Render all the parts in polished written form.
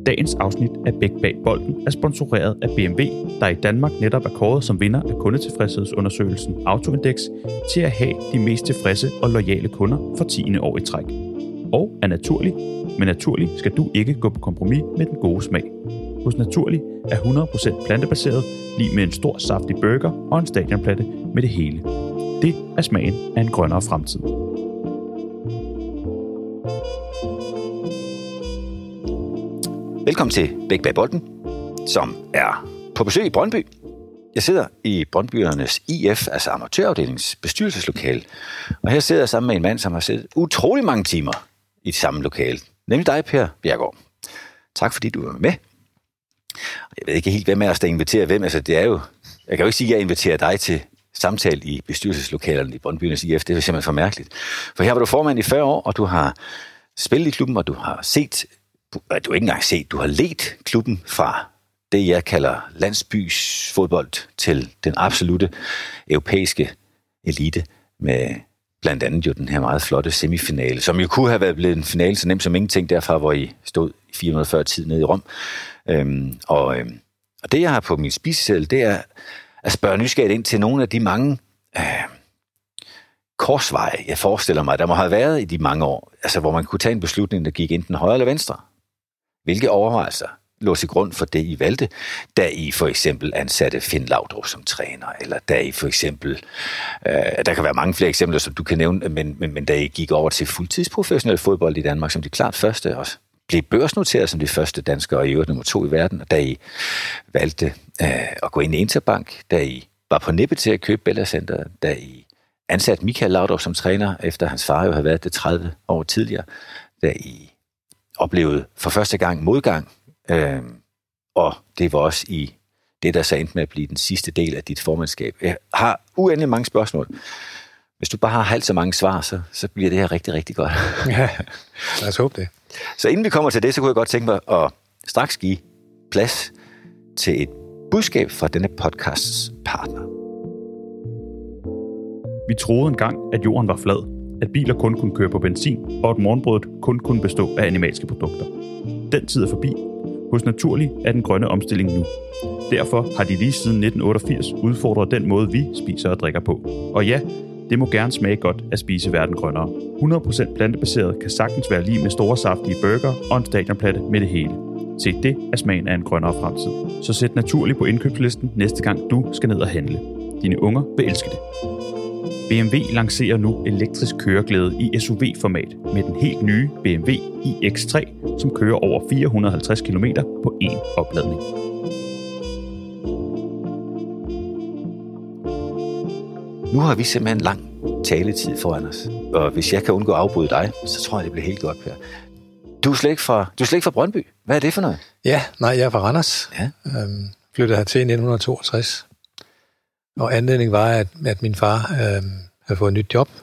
Dagens afsnit af Bæk bag bolden er sponsoreret af BMW, der i Danmark netop er kåret som vinder af kundetilfredshedsundersøgelsen Autoindex til at have de mest tilfredse og loyale kunder for 10. år i træk. Og er Naturli', men Naturli' skal du ikke gå på kompromis med den gode smag. Hos Naturli' er 100% plantebaseret, lige med en stor saftig burger og en stadionplatte med det hele. Det er smagen af en grønnere fremtid. Velkommen til Bæk bag bolden, som er på besøg i Brøndby. Jeg sidder i Brøndbyernes IF, altså amatørafdelings bestyrelseslokale. Og her sidder jeg sammen med en mand, som har siddet utrolig mange timer i det samme lokale. Nemlig dig, Per Bjerregaard. Tak fordi du var med. Jeg ved ikke helt, hvem af os der inviterer hvem. Altså, det er jo, jeg kan jo ikke sige, at jeg inviterer dig til samtale i bestyrelseslokalerne i Brøndbyernes IF. Det er simpelthen for mærkeligt. For her var du formand i 40 år, og du har spillet i klubben, og du har set... Du har ikke engang set, du har ledt klubben fra det, jeg kalder landsbys fodbold til den absolute europæiske elite med blandt andet jo den her meget flotte semifinale, som jo kunne have været blevet en finale så nemt som ingenting derfra, hvor I stod i 440 tid nede i Rom. Og det, jeg har på min spiseseddel, det er at spørge nysgerrigt ind til nogle af de mange korsveje, jeg forestiller mig, der må have været i de mange år, altså hvor man kunne tage en beslutning, der gik enten højre eller venstre. Hvilke overvejelser lå til grund for det, I valgte, da I for eksempel ansatte Finn Laudrup som træner, eller da I for eksempel, der kan være mange flere eksempler, som du kan nævne, men da I gik over til fuldtidsprofessionel fodbold i Danmark, som de klart første også, blev børsnoteret som de første danskere, og i øvrigt nummer 2 i verden, og da I valgte at gå ind i Interbank, da I var på nippet til at købe Bella Center, da I ansatte Michael Laudrup som træner, efter hans far jo havde været det 30 år tidligere, da I oplevede for første gang modgang, og det var også i det, der så endte med at blive den sidste del af dit formandskab. Jeg har uendelig mange spørgsmål. Hvis du bare har halvt så mange svar, så bliver det her rigtig, rigtig godt. Ja, lad os håbe det. Så inden vi kommer til det, så kunne jeg godt tænke mig at straks give plads til et budskab fra denne podcasts partner. Vi troede engang, at jorden var flad, at biler kun kunne køre på benzin, og at morgenbrødet kun kunne bestå af animalske produkter. Den tid er forbi. Hos Naturli' er den grønne omstilling nu. Derfor har de lige siden 1988 udfordret den måde, vi spiser og drikker på. Og ja, det må gerne smage godt at spise verden grønnere. 100% plantebaseret kan sagtens være lige med store saftige burger og en stadionplatte med det hele. Se, det er smagen af en grønnere fremtid. Så sæt Naturli' på indkøbslisten næste gang du skal ned og handle. Dine unger vil elske det. BMW lancerer nu elektrisk køreglæde i SUV-format med den helt nye BMW iX3, som kører over 450 km på én opladning. Nu har vi simpelthen lang taletid foran os, og hvis jeg kan undgå at afbryde dig, så tror jeg, det bliver helt godt, Per. Du er slet ikke fra Brøndby. Hvad er det for noget? Ja, nej, jeg er fra Randers. Ja. Flyttede hertil i 1962. Og anledningen var, at min far havde fået et nyt job.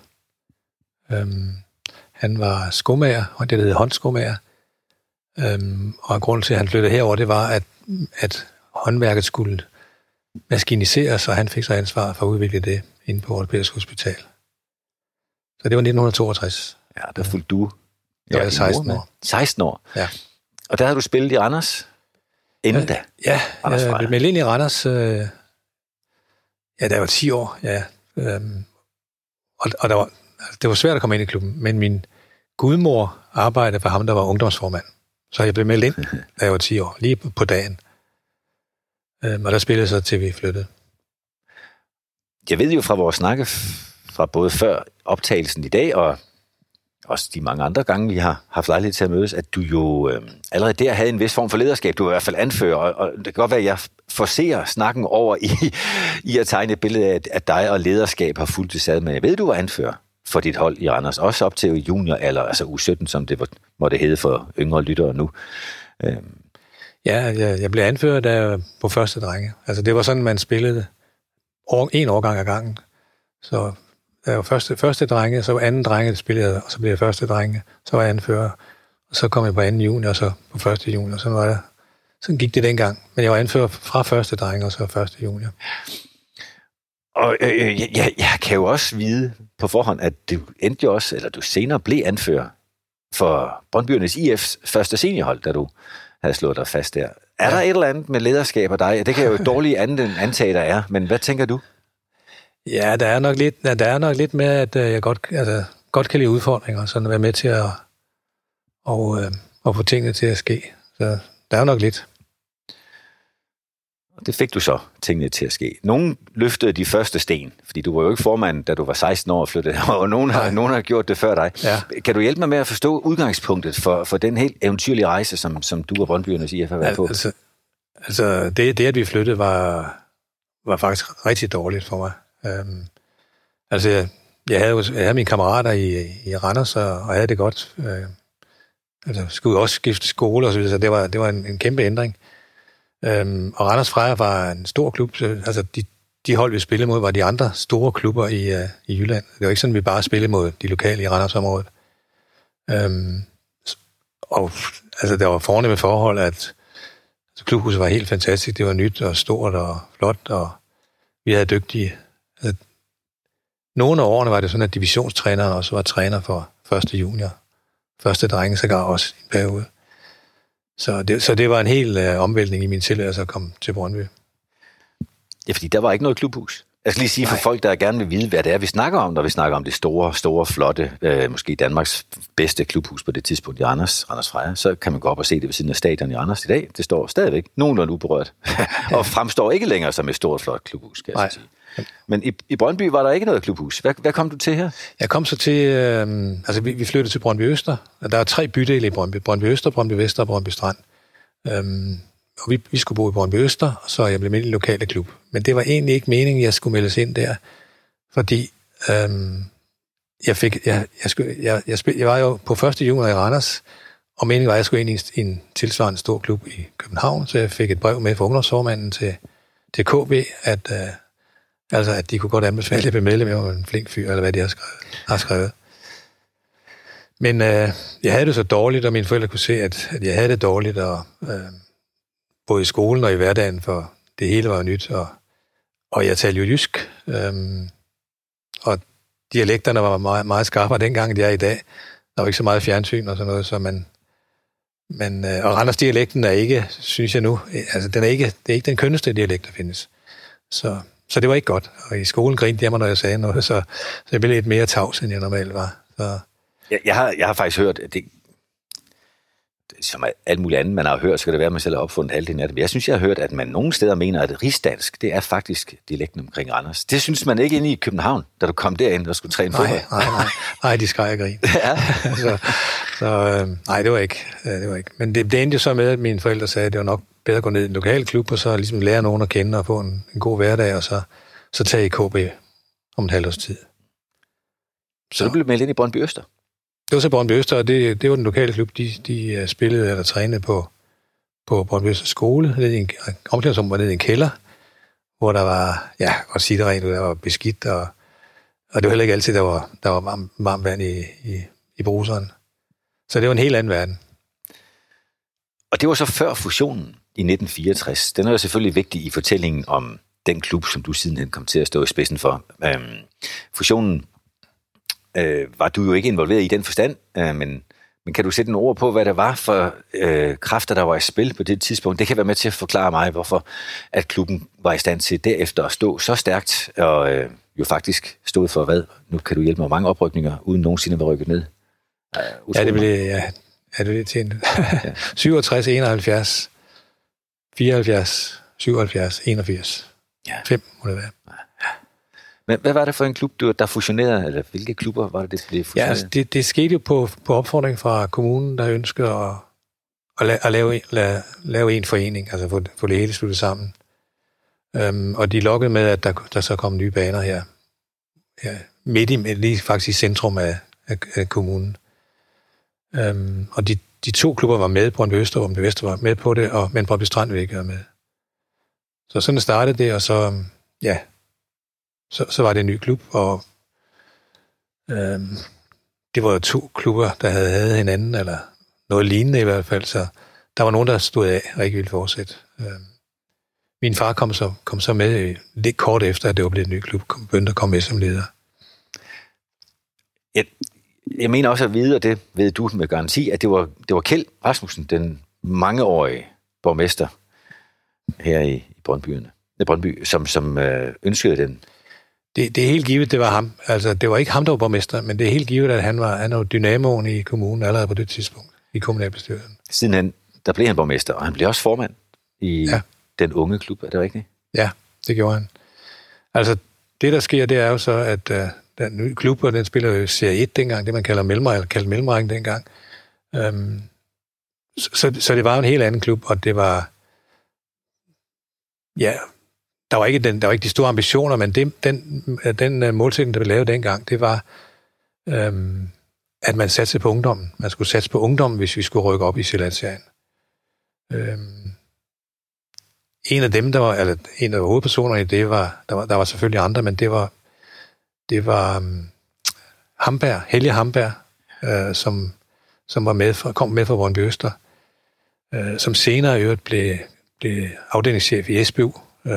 Han var skomager, og det hed håndskomager. Og grunden til, at han flyttede herover, det var, at håndværket skulle maskiniseres, og han fik så ansvar for at udvikle det inde på Ortopædisk Hospital. Så det var 1962. Ja, der fulgte du. Jeg var 16 år. 16 år? Ja. Og der havde du spillet i Randers inden da? Ja, jeg blev meldt ind i Randers... da jeg var 10 år, ja. Og det var svært at komme ind i klubben, men min gudmor arbejdede for ham, der var ungdomsformand. Så jeg blev meldt ind, da jeg var 10 år, lige på dagen. Og der spillede så til vi flyttede. Jeg ved jo fra vores snakke, fra både før optagelsen i dag, og også de mange andre gange, vi har haft lejlighed til at mødes, at du jo allerede der havde en vis form for lederskab. Du var i hvert fald anfører, og det kan godt være, at jeg forser snakken over i at tegne et billede af, at dig og lederskab har fulgt det sad med. Jeg ved, du var anfører for dit hold i Randers, også op til junioralder, altså U17, som det måtte hedde for yngre lyttere nu. Ja, jeg blev anfører der på første drenge. Altså det var sådan, man spillede en årgang ad gangen. Så der var første drenge, så var anden drenge, der spillede, og så blev jeg første drenge, så var jeg anfører, og så kom jeg på anden junior, og så på første junior. Sådan gik det dengang. Men jeg var anfører fra første drenge, og så første junior. Og jeg kan jo også vide på forhånd, at du endte jo også, eller du senere blev anfører for Brøndbyernes IF's første seniorhold, da du havde slået dig fast der. Er der et eller andet med lederskab af dig? Det kan jo dårligt andet end antage, der er, men hvad tænker du? Ja, der er nok lidt med, at jeg godt kan lide udfordringer, sådan at være med til at få tingene til at ske. Så der er nok lidt. Det fik du så, tingene til at ske. Nogen løftede de første sten, fordi du var jo ikke formand, da du var 16 år og flyttede, og nogen har gjort det før dig. Ja. Kan du hjælpe mig med at forstå udgangspunktet for den helt eventyrlige rejse, som du og Brøndbyernes IF har været på? Altså det, at vi flyttede, var faktisk rigtig dårligt for mig. Jeg havde mine kammerater i Randers, og havde det godt. Skulle også skifte skole og så videre, så det var en kæmpe ændring. Og Randers Freja var en stor klub. Altså de hold, vi spillede mod, var de andre store klubber i Jylland. Det var ikke sådan, vi bare spillede mod de lokale i Randersområdet. Og altså, der var fornemme forhold, at klubhuset var helt fantastisk. Det var nyt og stort og flot, og vi havde dygtige. Altså, nogle af årene var det sådan, at divisionstræneren også var træner for første junior. Første drenge, sågar også i en periode. Så det var en hel omvæltning i min tilværelse at komme til Brøndby. Ja, fordi der var ikke noget klubhus. Jeg skal lige sige for folk, der gerne vil vide, hvad det er, vi snakker om, når vi snakker om det store, flotte, måske Danmarks bedste klubhus på det tidspunkt i Randers Freja, så kan man gå op og se det ved siden af stadion i Randers i dag. Det står stadigvæk nogenlunde uberørt, og fremstår ikke længere som et stort, flot klubhus, skal jeg sige. Men i Brøndby var der ikke noget klubhus. Hvad kom du til her? Jeg kom så til... vi flyttede til Brøndby Øster. Der er 3 bydele i Brøndby. Brøndby Øster, Brøndby Vester og Brøndby Strand. Og vi skulle bo i Brøndby Øster, så jeg blev med i den lokale klub. Men det var egentlig ikke meningen, at jeg skulle meldes ind der. Fordi jeg var jo på første junior i Randers, og meningen var, at jeg skulle ind i en tilsvarende stor klub i København, så jeg fik et brev med fra ungdomsformanden til KB, at de kunne godt anbefale, at jeg blev medlem. Jeg var en flink fyr, eller hvad de har skrevet. Men jeg havde det så dårligt, og mine forældre kunne se, at jeg havde det dårligt, og både i skolen og i hverdagen, for det hele var nyt, og jeg talte jo jysk, og dialekterne var meget, meget skarpere dengang, end de er i dag. Der var ikke så meget fjernsyn og sådan noget, så og Randers dialekten er ikke, synes jeg nu, altså det er ikke den kønneste dialekt, der findes. Så det var ikke godt, og i skolen grinte jeg mig, når jeg sagde noget, så jeg blev lidt mere tavs, end jeg normalt var. Så. Jeg har faktisk hørt, at det, som alt muligt andet, man har hørt, så kan det være, at man selv har opfundet halvdelen af det. Men jeg synes, jeg har hørt, at man nogle steder mener, at rigsdansk, det er faktisk dialekten omkring Randers. Det synes man ikke inde i København, da du kom derind og skulle træne fodbold. Nej, de skreg og grin. Ja. Nej, det var ikke. Men det endte jo så med, at mine forældre sagde, at det var nok bedre at gå ned i en lokal klub, og så ligesom lære nogen at kende og få en god hverdag, og så tage i KB om et halvt års tid. Så du blev meldt ind i Brøndby Øster? Det var så Brøndby Øster, og det var den lokale klub, de spillede eller trænede på Brøndby Østers skole, nede i en omklædningsrum, nede i en kælder, hvor der var, godt sige det rent, der var beskidt, og det var heller ikke altid, der var varmt vand i bruseren. Så det var en helt anden verden. Og det var så før fusionen i 1964. Den er jo selvfølgelig vigtig i fortællingen om den klub, som du sidenhen kom til at stå i spidsen for. Fusionen var du jo ikke involveret i den forstand, men kan du sætte en ord på, hvad der var for kræfter, der var i spil på det tidspunkt? Det kan være med til at forklare mig, hvorfor at klubben var i stand til derefter at stå så stærkt, og jo faktisk stod for hvad? Nu kan du hjælpe mig mange oprykninger, uden nogensinde at være rykket ned. Det blev til en 67, 71, 74, 77, 81. 5 må det være. Men hvad var det for en klub, der fusionerede, eller hvilke klubber var det blev fusioneret? Ja, altså det skete jo på opfordring fra kommunen, der ønsker at lave en forening, altså få det hele sluttet sammen. Og de lokkede med, at der så kom nye baner her. Ja, lige faktisk i centrum af kommunen. Og de 2 klubber var med, Brøndby Øster og Brøndby Vester var med på det, men Brøndby Strand ville ikke være med. Så sådan startede det, og så, så var det en ny klub, og det var jo 2 klubber, der havde hinanden, eller noget lignende i hvert fald, så der var nogen, der stod af og ikke ville fortsætte. Min far kom så med lidt kort efter, at det var blevet en ny klub, begyndte at komme med som leder. Jeg mener også at vide, og det ved du med garanti, at det var Kjeld Rasmussen, den mangeårig borgmester her i Brøndby, som ønskede den. Det er helt givet, det var ham. Altså, det var ikke ham, der var borgmester, men det er helt givet, at han var dynamoen i kommunen allerede på det tidspunkt, i kommunalbestyrelsen. Sidenhen, der blev han borgmester, og han blev også formand i den unge klub, er det rigtigt? Ja, det gjorde han. Altså, det der sker, det er jo så, at den nye klub, og den spiller jo Serie 1 dengang, det man kalder mellemrækken dengang. Så det var en helt anden klub, og det var... Ja, der var ikke de store ambitioner, men den målsætning, der blev lavet dengang, det var, at man satte på ungdommen. Man skulle satse på ungdommen, hvis vi skulle rykke op i Sjællandsserien. En af dem, en af hovedpersonerne i det var, der var selvfølgelig andre, men det var Hamberg, Helge Hamberg, som var kom med fra Brøndby Øster, som senere i øvrigt blev afdelingschef i SBU.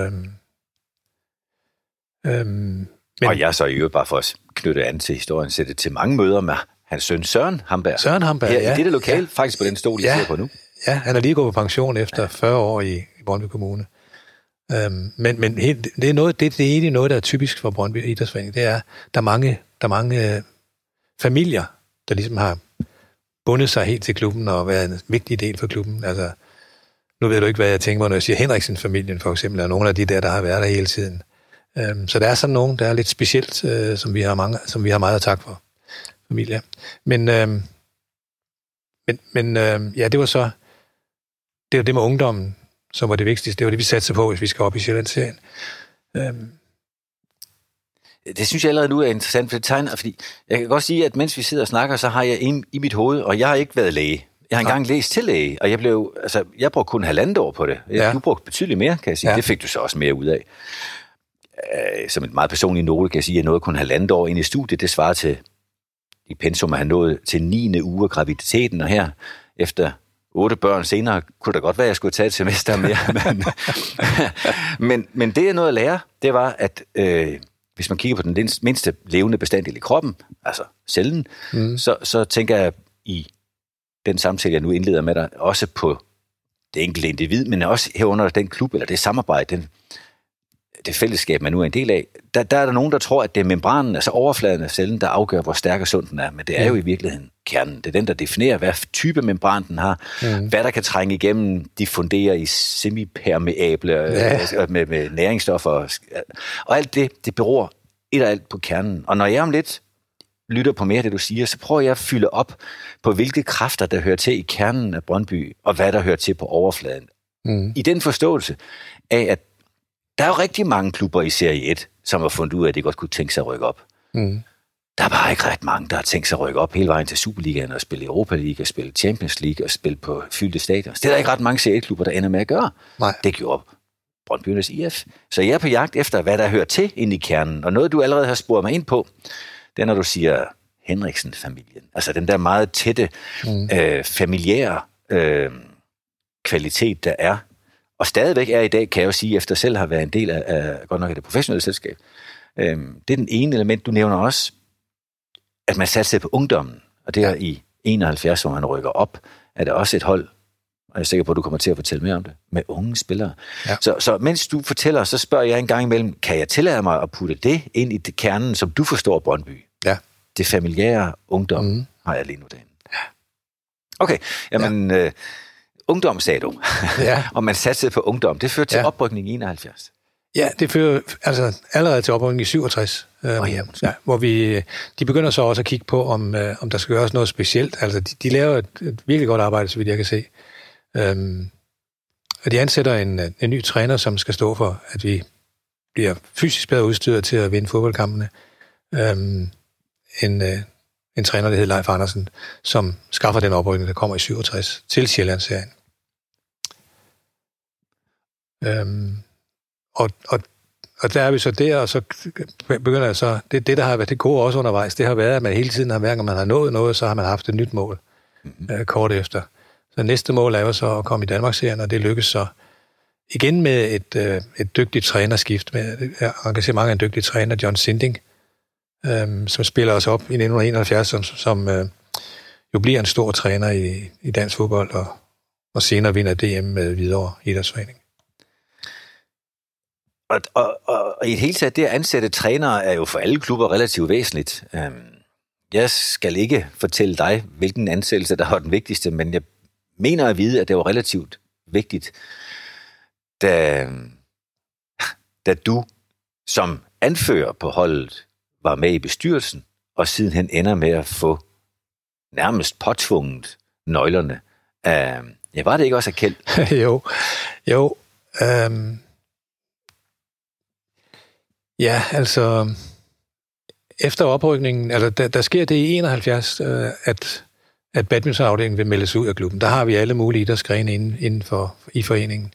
Og jeg så i øvrigt bare for at knytte an til historien, sætte til mange møder med hans søn Søren Hamberg. Søren Hamberg, ja. I dette lokale, faktisk på den stol, I sidder på nu. Ja, han er lige gået på pension efter 40 år i Brøndby Kommune. Men det er egentlig noget, der er typisk for Brøndby Idrætsforening. Det er, der er mange familier, der ligesom har bundet sig helt til klubben og været en vigtig del for klubben. Altså, nu ved du ikke, hvad jeg tænker på, når jeg siger Henriksen-familien, for eksempel, er nogle af de der har været der hele tiden. Så der er sådan nogen, der er lidt specielt, som vi har meget at takke for, familier. Men det var så, det var det med ungdommen, som var det vigtigste. Det var det, vi satte sig på, hvis vi skal op i Sjællandsserien. Det synes jeg allerede nu er interessant, for det tegner, fordi jeg kan godt sige, at mens vi sidder og snakker, så har jeg en i mit hoved, og jeg har ikke været læge. Jeg har engang læst til læge, og jeg brugte kun 1,5 år på det. Du brugte betydeligt mere, kan jeg sige. Ja. Det fik du så også mere ud af. Som et meget personligt note kan jeg sige, at jeg nåede kun 1,5 år ind i studiet. Det svarer til, i pensum, at han nåede til 9. uge af graviditeten, og her, efter 8 børn senere, kunne det godt være, at jeg skulle tage et semester mere. men det, jeg nåede at lære, det var, at hvis man kigger på den mindste levende bestanddel i kroppen, altså cellen, så tænker jeg i den samtale, jeg nu indleder med dig, også på det enkelte individ, men også herunder den klub, eller det samarbejde, det fællesskab, man nu er en del af. Der er der nogen, der tror, at det er membranen, altså overfladen af cellen, der afgør, hvor stærk og sund den er, men det er jo i virkeligheden kernen. Det er den, der definerer, hvad type membran den har, hvad der kan trænge igennem, diffundere i semipermeable med næringsstoffer, og alt det beror et og alt på kernen. Og når jeg om lidt lytter på mere af det, du siger, så prøver jeg at fylde op på, hvilke kræfter, der hører til i kernen af Brøndby, og hvad der hører til på overfladen. I den forståelse af, at der er jo rigtig mange klubber i Serie 1, som har fundet ud af, at de godt kunne tænke sig at rykke op. Der er bare ikke ret mange, der har tænkt sig at rykke op hele vejen til Superligaen og spille Europa League og spille Champions League og spille på fyldte stadions. Det er der ikke ret mange Serie 1-klubber, der ender med at gøre. Nej. Det gjorde Brøndbyernes IF. Så jeg er på jagt efter, hvad der hører til ind i kernen. Og noget, du allerede har spurgt mig ind på, det er, når du siger Henriksen-familien. Altså den der meget tætte, familiære kvalitet, der er. Og stadigvæk er i dag, kan jeg jo sige, efter selv har været en del af godt nok af det professionelle selskab. Det er den ene element, du nævner også, at man satser på ungdommen. Og det er i 71, hvor man rykker op, er der også et hold, og jeg er sikker på, at du kommer til at fortælle mere om det, med unge spillere. Ja. Så mens du fortæller, så spørger jeg en gang imellem, kan jeg tillade mig at putte det ind i det kernen, som du forstår Brøndby? Ja. Det familiære ungdom har jeg lige nu derinde. Ja. Okay, jamen... Ungdom, sagde du. Ja. Og man satsede på ungdom. Det førte til oprykning i 71. Ja, det fører altså allerede til oprykning i 67. Hvor de begynder så også at kigge på, om der skal gøres noget specielt. Altså, de laver et virkelig godt arbejde, så vidt jeg kan se. Og de ansætter en ny træner, som skal stå for, at vi bliver fysisk bedre udstyret til at vinde fodboldkampene. En træner, der hedder Leif Andersen, som skaffer den oprykning, der kommer i 67 til Sjællandsserien. Og der er vi så der, og så begynder jeg så... Det, der har været det gode også undervejs, det har været, at man hele tiden har været, at man har nået noget, så har man haft et nyt mål kort efter. Så næste mål er jo så at komme i Danmarksserien, og det lykkes så igen med et dygtigt trænerskift, med engagement af en dygtig træner, John Sinding, som spiller os op i 1971, som jo bliver en stor træner i dansk fodbold, og senere vinder DM med Hvidovre Idrætsforening. Og i det hele taget, det at ansætte trænere er jo for alle klubber relativt væsentligt. Jeg skal ikke fortælle dig, hvilken ansættelse, der var den vigtigste, men jeg mener at vide, at det var relativt vigtigt, da du som anfører på holdet var med i bestyrelsen, og sidenhen ender med at få nærmest påtvunget nøglerne. Var det ikke også af Kjeld? Jo. Ja, altså efter oprykningen, altså der sker det i 71, at badmintonafdelingen vil meldes ud af klubben. Der har vi alle mulige idrætsgrene inden for i foreningen.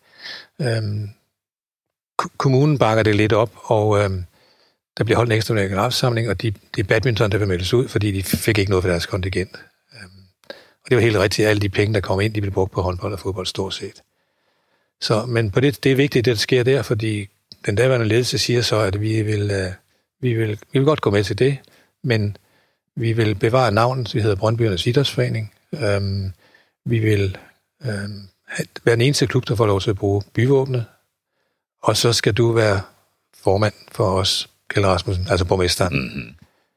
Kommunen bakker det lidt op, og der bliver holdt en ekstraordinær generalforsamling, og det er badminton, der vil meldes ud, fordi de fik ikke noget for deres kontingent. Og det var helt rigtigt, at alle de penge, der kom ind, de blev brugt på håndbold og fodbold stort set. Så, men på det er vigtigt, det der sker der, fordi den daværende ledelse siger så, at vi vil godt gå med til det, men vi vil bevare navnet, vi hedder Brøndbyernes Idrætsforening. Vi vil være den eneste klub, der får lov til at bruge byvåbnet, og så skal du være formand for os, Kjeld Rasmussen, altså borgmesteren.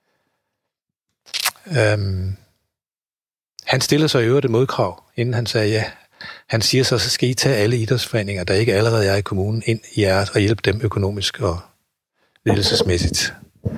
Mm-hmm. Han stiller sig i øvrigt et modkrav, inden han sagde ja. Han siger så skal I tage alle idrætsforeninger, der ikke allerede er i kommunen, ind i jeres og hjælpe dem økonomisk og ledelsesmæssigt.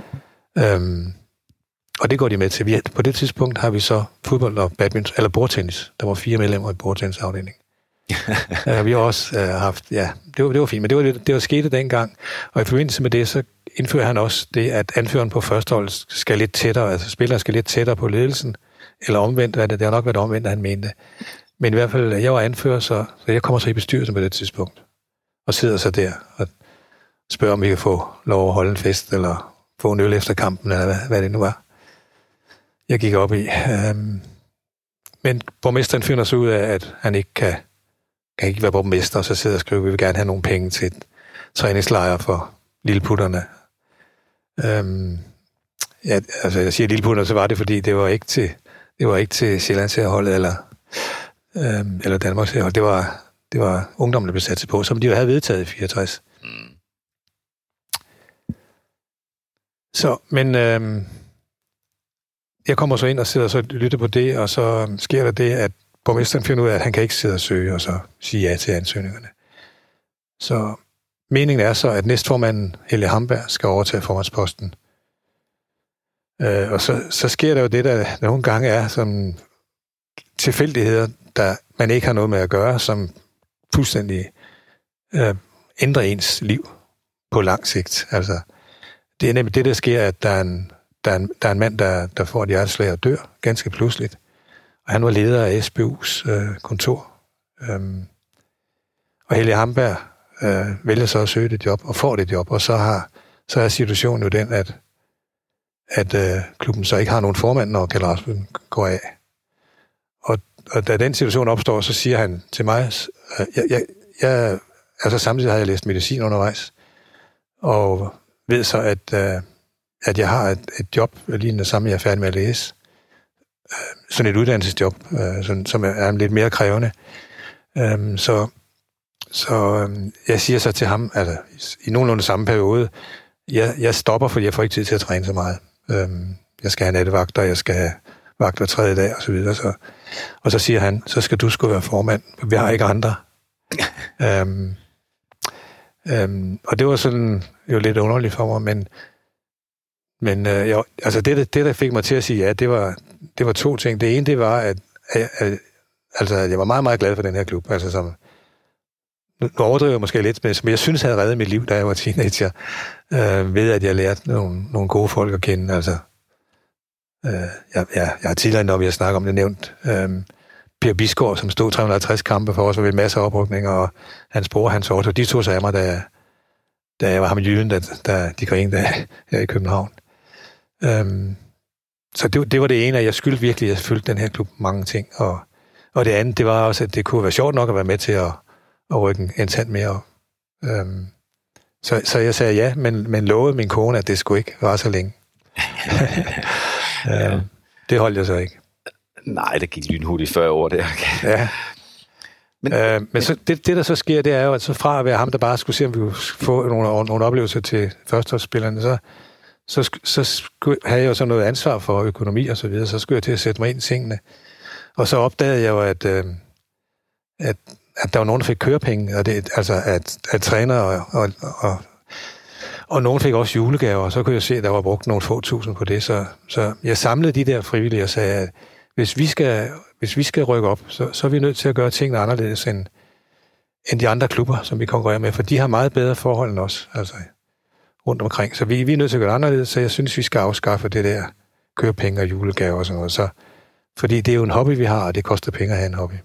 Og det går de med til. På det tidspunkt har vi så fodbold og badminton, eller bordtennis. Der var 4 medlemmer i bordtennisafdelingen. Vi har også haft, ja, det var fint, men det var skete dengang. Og i forbindelse med det, så indfører han også det, at anføreren på førstehold skal lidt tættere, altså spilleren skal lidt tættere på ledelsen, eller omvendt, det har nok været omvendt, han mente. Men i hvert fald, jeg var anfører, så jeg kommer så i bestyrelsen på det tidspunkt, og sidder så der og spørger, om vi kan få lov at holde en fest, eller få en øl efter kampen, eller hvad det nu var. Jeg gik op i. Men borgmesteren finder så ud af, at han ikke kan ikke være borgmester, og så sidder og skriver, at vi vil gerne have nogle penge til et træningslejr for lilleputterne. Ja, altså jeg siger lilleputterne, så var det, fordi det var ikke til Sjællandsherholdet eller Danmarks herhold. Det var ungdommen, der blev sat på, som de jo havde vedtaget i 64. Så, men jeg kommer så ind og sidder og så lytter på det, og så sker der det, at borgmesteren finder ud af, at han kan ikke sidde og søge, og så sige ja til ansøgningerne. Så meningen er så, at næstformanden, Helge Hamberg, skal overtage formandsposten. Og så sker der jo det, der nogle gange er som tilfældigheder, der man ikke har noget med at gøre, som fuldstændig ændrer ens liv på lang sigt. Altså, det er nemlig det, der sker, at der er en mand, der får et hjerteslag og dør ganske pludseligt. Og han var leder af SBU's kontor. Og Helge Hamberg vælger så at søge det job, og får det job, og så er situationen jo den, at klubben så ikke har nogen formand, når Kjeld Rasmussen går af. Og da den situation opstår, så siger han til mig, altså samtidig har jeg læst medicin undervejs, og ved så, at jeg har et job, lige det samme, jeg er færdig med at læse. Sådan et uddannelsesjob, som er lidt mere krævende. Så jeg siger så til ham, altså i nogenlunde samme periode, jeg stopper, fordi jeg får ikke tid til at træne så meget. Jeg skal have nattevagter, jeg skal have vagt hver 3. dag, og så videre. Og så siger han, så skal du sgu være formand, for vi har ikke andre. Og det var sådan jo lidt underligt for mig, men altså det, der fik mig til at sige ja, det var 2 ting. Det ene, det var, at jeg var meget, meget glad for den her klub. Altså, som, nu overdriver jeg måske lidt, men som jeg synes havde reddet mit liv, da jeg var teenager, ved at jeg lærte nogle gode folk at kende. Altså, jeg har tidligere, når vi har snakket om det, nævnt Per Bisgaard, som stod 350 kampe for os, og ved masser af oprykninger, og hans bror, Hans Otto, de tog sig af mig, da jeg var ham i Jylland, da de grene der her i København. Så det var det ene, at jeg skyldte virkelig, at jeg følte den her klub mange ting. Og det andet, det var også, at det kunne være sjovt nok at være med til at rykke en tand mere op. Så jeg sagde ja, men lovede min kone, at det skulle ikke vare så længe. Det holdt jeg så ikke. Nej, det gik lynhurtigt 40 år der. Ja. Men så det, der så sker, det er jo, at så fra at være ham, der bare skulle se, om vi kunne få nogle oplevelser til førsteårsspillerne, så havde jeg jo så noget ansvar for økonomi og så videre, så skulle jeg til at sætte mig ind i tingene. Og så opdagede jeg jo, at der var nogen, der fik kørepenge, og det, altså at trænere og nogen fik også julegaver, og så kunne jeg se, at der var brugt nogle få tusind på det. Så jeg samlede de der frivillige og sagde, at hvis vi skal rykke op, så er vi nødt til at gøre tingene anderledes end de andre klubber, som vi konkurrerer med, for de har meget bedre forhold end os, altså rundt omkring. Så vi er nødt til at gøre anderledes, så jeg synes, vi skal afskaffe det der kørepenge og julegaver og sådan noget. Så, fordi det er jo en hobby, vi har, og det koster penge at have en hobby.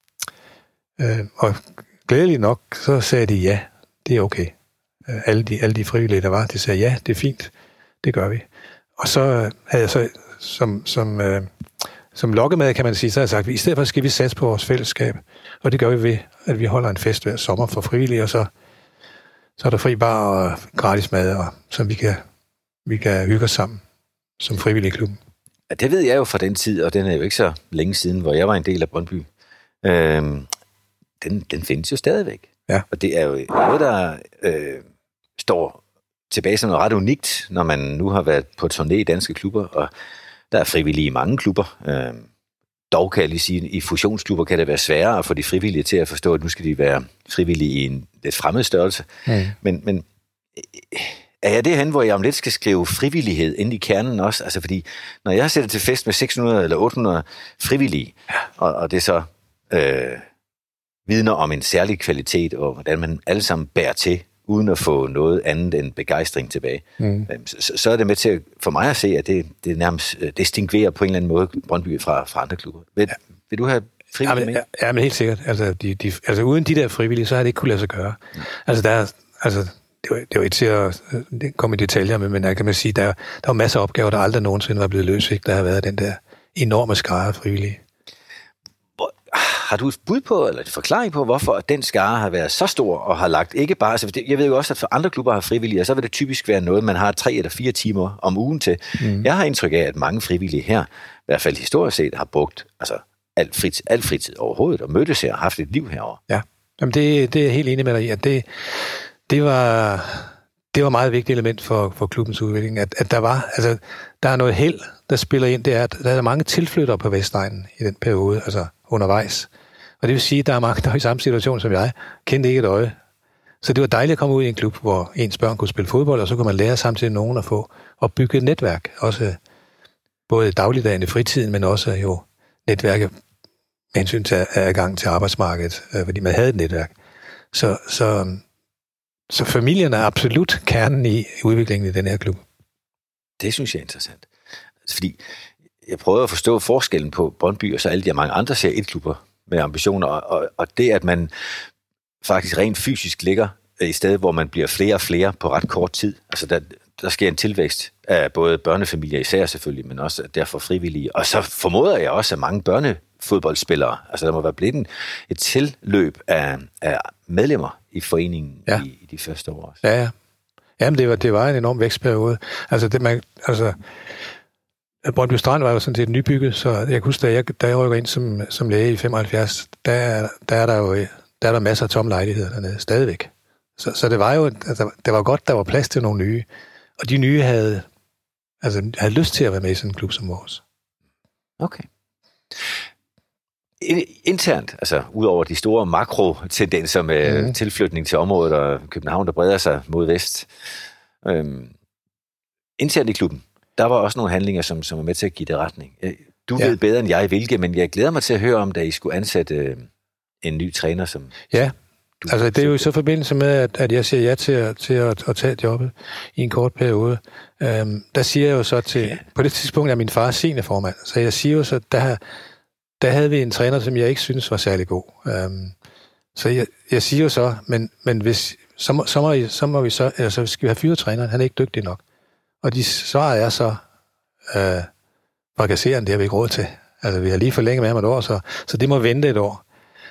Og glædeligt nok, så sagde de ja, det er okay. Alle de frivillige, der var, de sagde ja, det er fint, det gør vi. Og så havde jeg så som lokkemad, kan man sige, så har jeg sagt, at i stedet for skal vi satse på vores fællesskab, og det gør vi ved, at vi holder en fest hver sommer for frivillige, og så er der fri bar og gratis mad, og så vi kan hygge os sammen som frivillige klubben. Ja, det ved jeg jo fra den tid, og den er jo ikke så længe siden, hvor jeg var en del af Brøndby. Den findes jo stadigvæk. Ja. Og det er jo noget, der står tilbage som noget ret unikt, når man nu har været på turné i danske klubber, og der er frivillige i mange klubber. Dog kan jeg lige sige, at i fusionsklubber kan det være sværere at få de frivillige til at forstå, at nu skal de være frivillige i en lidt fremmed størrelse. Men er jeg det hen, hvor jeg om lidt skal skrive frivillighed ind i kernen også? Altså fordi, når jeg sætter til fest med 600 eller 800 frivillige, og det så vidner om en særlig kvalitet, og hvordan man alle sammen bærer til, uden at få noget andet end begejstring tilbage, så er det med til for mig at se, at det nærmest distinguerer på en eller anden måde Brøndby fra andre klubber. Vil du have frivillige med? Ja, men helt sikkert. Altså uden de der frivillige, så har det ikke kunne lade sig gøre. Det var ikke til at komme i detaljer med, men der kan man sige, der var masser af opgaver, der aldrig nogensinde var blevet løst, ikke? Der har været den der enorme skare af frivillige. Har du et bud på, eller et forklaring på, hvorfor den skare har været så stor, og har lagt ikke bare... Altså, jeg ved jo også, at for andre klubber har frivillige, og så vil det typisk være noget, man har 3 eller 4 timer om ugen til. Jeg har indtryk af, at mange frivillige her, i hvert fald historisk set, har brugt al fritid overhovedet, og mødtes her og haft et liv herovre. Ja, jamen det er jeg helt enig med dig i, at det var et meget vigtigt element for klubbens udvikling, at der er noget held, der spiller ind, det er, at der er mange tilflyttere på Vestegnen i den periode, altså undervejs. Og det vil sige, at der er mange, der er i samme situation som jeg, kendte ikke et øje. Så det var dejligt at komme ud i en klub, hvor ens børn kunne spille fodbold, og så kunne man lære samtidig nogen at få opbygget et netværk. Også både i dagligdagen i fritiden, men også jo netværket med hensyn til adgang til arbejdsmarkedet, fordi man havde et netværk. Så familien er absolut kernen i udviklingen i den her klub. Det synes jeg er interessant. Fordi jeg prøver at forstå forskellen på Brøndby og så alle de mange andre Serie 1-klubber med ambitioner, og det, at man faktisk rent fysisk ligger i stedet, hvor man bliver flere og flere på ret kort tid. Altså der sker en tilvækst af både børnefamilier især selvfølgelig, men også derfor frivillige. Og så formoder jeg også, at mange børnefodboldspillere, altså der må være blevet et tilløb af medlemmer i foreningen i de første år. Ja. Jamen, det var en enorm vækstperiode. Brøndby Strand var jo sådan set nybygget, så jeg kan huske, da jeg rykker ind som læge i 75, der er der masser af tomme lejligheder dernede, stadigvæk. Så det var jo, det var godt, der var plads til nogle nye, og de nye havde lyst til at være med i sådan en klub som vores. Okay. Internt, altså udover de store makrotendenser med tilflytning til området og København, der breder sig mod vest, internt i klubben, der var også nogle handlinger, som var med til at give det retning. Du ved bedre end jeg hvilke, men jeg glæder mig til at høre om, da I skulle ansætte en ny træner, som... Ja, det er jo i så forbindelse med, at jeg siger ja til at tage jobbet i en kort periode. Der siger jeg jo så til... På det tidspunkt er min far seniorformand, så jeg siger jo så, der havde vi en træner, som jeg ikke synes var særlig god. Så jeg siger jo så, men hvis... Så må vi så... Altså, skal vi have fyret træneren? Han er ikke dygtig nok. Og de svaret er så, for kasseren, det har vi ikke råd til. Altså, vi har lige forlænget med ham et år, så det må vente et år.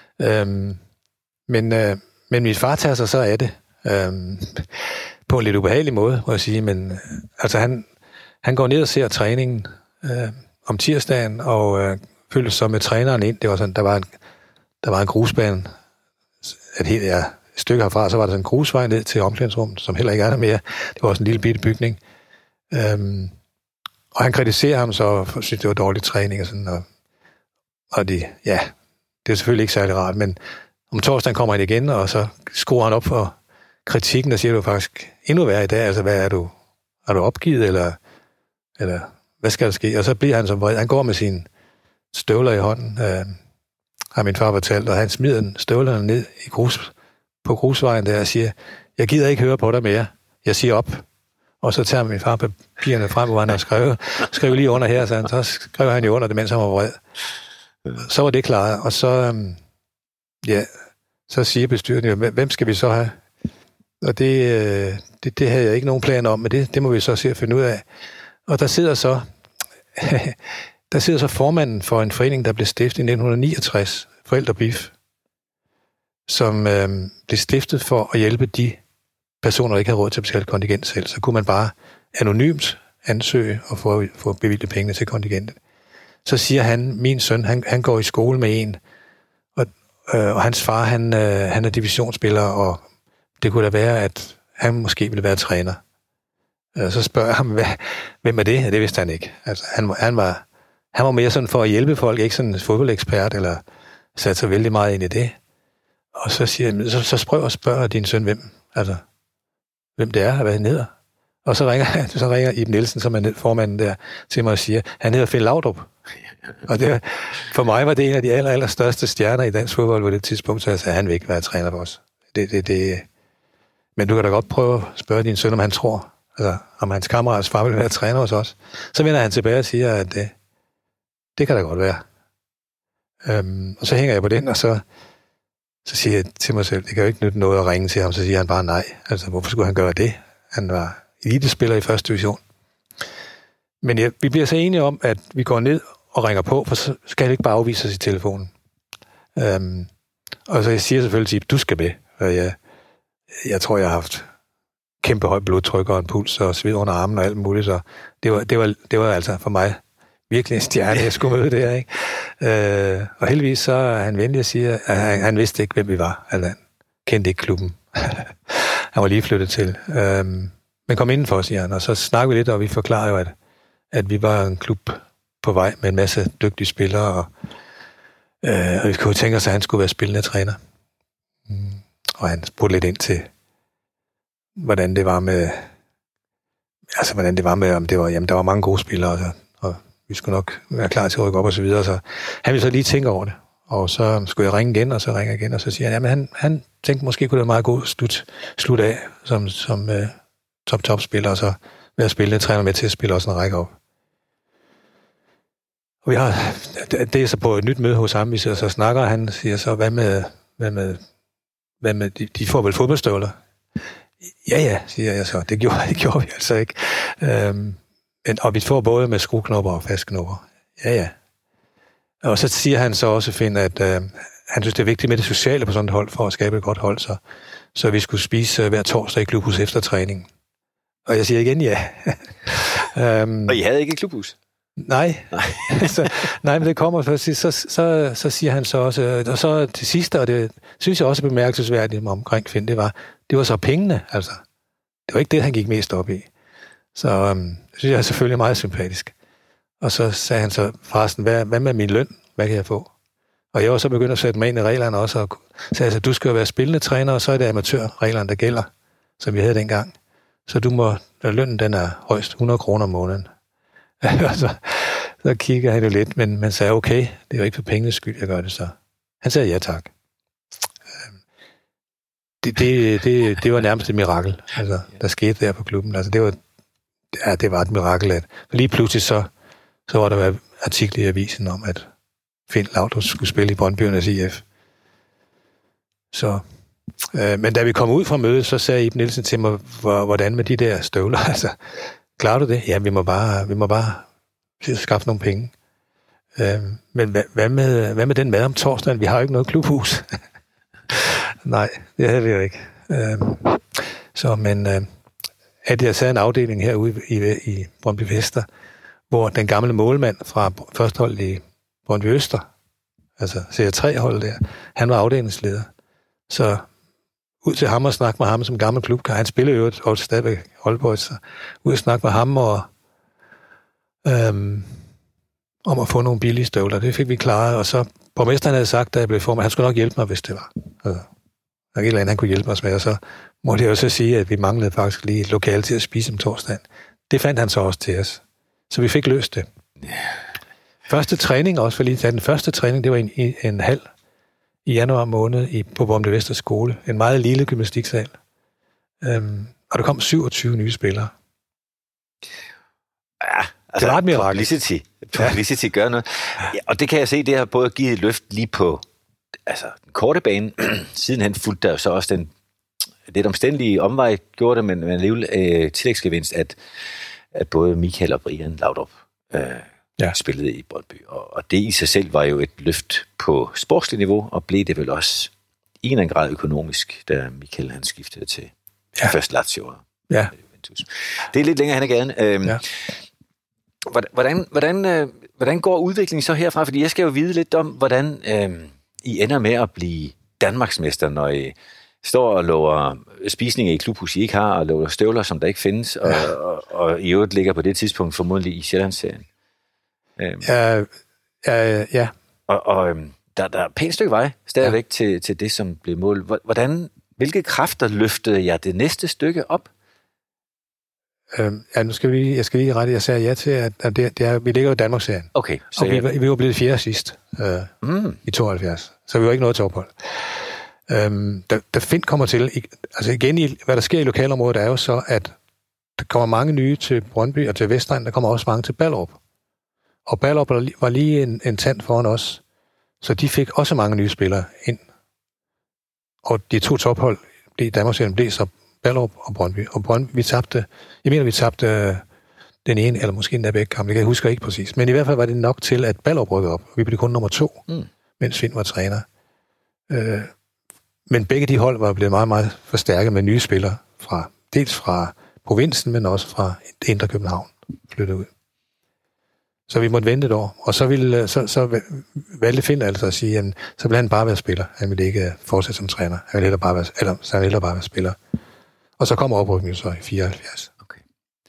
Men min far tager sig så af det. På en lidt ubehagelig måde, må jeg sige. Men altså, han går ned og ser træningen om tirsdagen, og følges så med træneren ind. Det var sådan, der var en grusbane et stykke herfra, så var der sådan en grusvej ned til omklædningsrummet, som heller ikke er der mere. Det var også en lille bitte bygning. Og han kritiserer ham så, og synes, det var dårlig træning og sådan. Og det er selvfølgelig ikke særlig rart, men om torsdagen kommer han igen, og så skruer han op for kritikken, og siger, du faktisk endnu værre i dag. Altså, hvad er du opgivet, eller hvad skal der ske? Og så bliver han så vred. Han går med sine støvler i hånden, har min far fortalt, og han smider støvlerne ned på grusvejen der og siger, jeg gider ikke høre på dig mere. Jeg siger op. Og så tager min far papirerne frem, hvor han har skrevet lige under her, så skrev han jo under det, mens han var vred. Så var det klart, og så siger bestyrelsen jo, hvem skal vi så have? Og det havde jeg ikke nogen plan om, men det må vi så se at finde ud af. Og der sidder så formanden for en forening, der blev stiftet i 1969, Forældre BIF, som blev stiftet for at hjælpe de personer, der ikke havde råd til at betale kontingent selv. Så kunne man bare anonymt ansøge og få bevilget pengene til kontingentet. Så siger han, min søn, han går i skole med en, og hans far, han er divisionsspiller, og det kunne da være, at han måske ville være træner. Så spørger jeg ham, hvem er det? Det vidste han ikke. Altså, han var mere sådan for at hjælpe folk, ikke sådan en fodboldekspert, eller satte sig vældig meget ind i det. Og så siger han, så spørger din søn, hvem det er, og hvad han hedder. Og så ringer Iben Nielsen, som er formanden der, til mig og siger, han hedder Finn Laudrup. Og for mig var det en af de allerstørste stjerner i dansk fodbold på det tidspunkt, så jeg sagde, han vil ikke være træner for os. Men du kan da godt prøve at spørge din søn, om han tror, om hans kammerats far vil være træner hos os. Så vender han tilbage og siger, at det kan da godt være. Og så hænger jeg på den, og så siger jeg til mig selv, det kan jo ikke nytte noget at ringe til ham, så siger han bare nej. Altså, hvorfor skulle han gøre det? Han var elitespiller i første division. Men vi bliver så enige om, at vi går ned og ringer på, for så skal han ikke bare afvise os i telefonen. Og så jeg siger selvfølgelig til, du skal med. Og jeg tror, jeg har haft kæmpe højt blodtryk og en puls og sved under armen og alt muligt, så det var altså for mig virkelig en stjerne, jeg skulle møde der, ikke? Og heldigvis så er han venlig og siger, at han vidste ikke, hvem vi var. Altså, han kendte ikke klubben. Han var lige flyttet til. Men kom indenfor, siger han, og så snakker vi lidt, og vi forklarer jo, at vi var en klub på vej med en masse dygtige spillere, og vi kunne tænke os, at han skulle være spillende træner. Og han spurgte lidt ind til, hvordan det var med, om det var, jamen der var mange gode spillere, og vi skulle nok være klar til at rykke op og så videre, så han ville så lige tænke over det, og så skulle jeg ringe igen, og så ringer igen, og så siger han, jamen han tænkte måske kunne det være meget god slut af, som topspiller, og så være spillende træner med til at spille også en række op. Og det er så på et nyt møde hos ham, vi sidder så snakker, og han siger så, hvad med de får vel fodboldstøvler? Ja, siger jeg så. Det gjorde vi altså ikke. Og vi får både med skrueknopper og fastknopper. Ja. Og så siger han så også, Finn, at han synes, det er vigtigt med det sociale på sådan et hold, for at skabe et godt hold, så vi skulle spise hver torsdag i klubhus efter træningen. Og jeg siger igen ja. Og I havde ikke et klubhus? Nej. Nej, men det kommer først. Så siger han så også, og så til sidst, og det synes jeg også er bemærkelsesværdigt omkring Finn, det var så pengene, altså. Det var ikke det, han gik mest op i. Så det synes jeg er selvfølgelig meget sympatisk. Og så sagde han så, forresten, hvad med min løn? Hvad kan jeg få? Og jeg var så begyndt at sætte mig ind i reglerne også, og sagde altså, du skal jo være spillende træner, og så er det amatørreglerne, der gælder, som vi havde dengang. Så lønnen den er højst 100 kroner om måneden. så kigger han jo lidt, men man sagde, okay, det er jo ikke for pengenes skyld, jeg gør det så. Han sagde ja tak. Det var nærmest et mirakel, altså, der skete der på klubben. Altså, det var et mirakel, at lige pludselig så var der en artikel i avisen om, at Finn Laudrup skulle spille i Brøndbyernes IF. Så, men da vi kom ud fra mødet, så sagde Iben Nielsen til mig, hvordan med de der støvler, altså, klarer du det? Ja, vi må bare skaffe nogle penge. Men hvad med den mad om torsdagen? Vi har jo ikke noget klubhus. Nej, det havde vi jo ikke. At jeg sad en afdeling herude i Brøndby Vester, hvor den gamle målmand fra førsteholdet i Brøndby Øster, altså C3-holdet der, han var afdelingsleder. Så ud til ham og snakke med ham som gammel klubkar. Han spiller jo og stadigvæk Aalborg, så ud og snakke med ham og om at få nogle billige støvler. Det fik vi klaret, og så borgmesteren havde sagt, da jeg blev formand, han skulle nok hjælpe mig, hvis det var. Der var et eller andet, han kunne hjælpe os med, og så måtte jeg jo så sige, at vi manglede faktisk lige lokale til at spise om torsdagen. Det fandt han så også til os. Så vi fik løst det. Første træning, også for lige at tage den første træning, det var en halv i januar måned på Bomle Vester skole. En meget lille gymnastiksal. Og der kom 27 nye spillere. Ja, altså, det var et mirakel. Publicity gør noget. Ja, og det kan jeg se, det har både givet et løft lige på den korte bane. Sidenhen fulgte der så også den lidt omstændelige omvej, gjorde det, men alligevel tillægsgevinst, at både Michael og Brian Laudrup spillede i Brøndby. Og det i sig selv var jo et løft på sportsligt niveau, og blev det vel også i en grad økonomisk, da Michael han skiftede til først Lazio. Ja. Det er lidt længere hen ad gaden. Hvordan går udviklingen så herfra? Fordi jeg skal jo vide lidt om, hvordan I ender med at blive Danmarksmester, når I står og lover spisninger i klubhus, I ikke har, og lover støvler, som der ikke findes, og i øvrigt ligger på det tidspunkt formodentlig i Sjællandsserien. Ja. Og der er et pænt stykke vej stadigvæk til det, som blev mål. Hvilke kræfter løftede jeg det næste stykke op? Jeg skal lige rette, jeg sagde ja til, at vi ligger i Danmarksserien. Okay. Så vi var blevet 4. sidst i 72, så vi var ikke noget til ophold. Der Finn kommer til, altså igen, hvad der sker i lokalområdet, er jo så, at der kommer mange nye til Brøndby og til Vestegn, der kommer også mange til Ballerup. Og Ballerup var lige en tand foran os, så de fik også mange nye spillere ind. Og de 2 tophold i Danmarksserien blev så Ballerup og Brøndby. Og Brøndby, vi tabte den ene, eller måske endda begge kampe, jeg husker ikke præcis. Men i hvert fald var det nok til, at Ballerup rykkede op. Vi blev kun nummer 2, mens Finn var træner. Men begge de hold var blevet meget, meget forstærket med nye spillere, dels fra provinsen, men også fra Indre København flyttet ud. Så vi måtte vente et år. Og så valgte Finn altså at sige, at så ville han bare være spiller. Han ville ikke fortsætte som træner. Han ville hellere bare være spiller. Og så kommer oprykningen så i 74. Okay.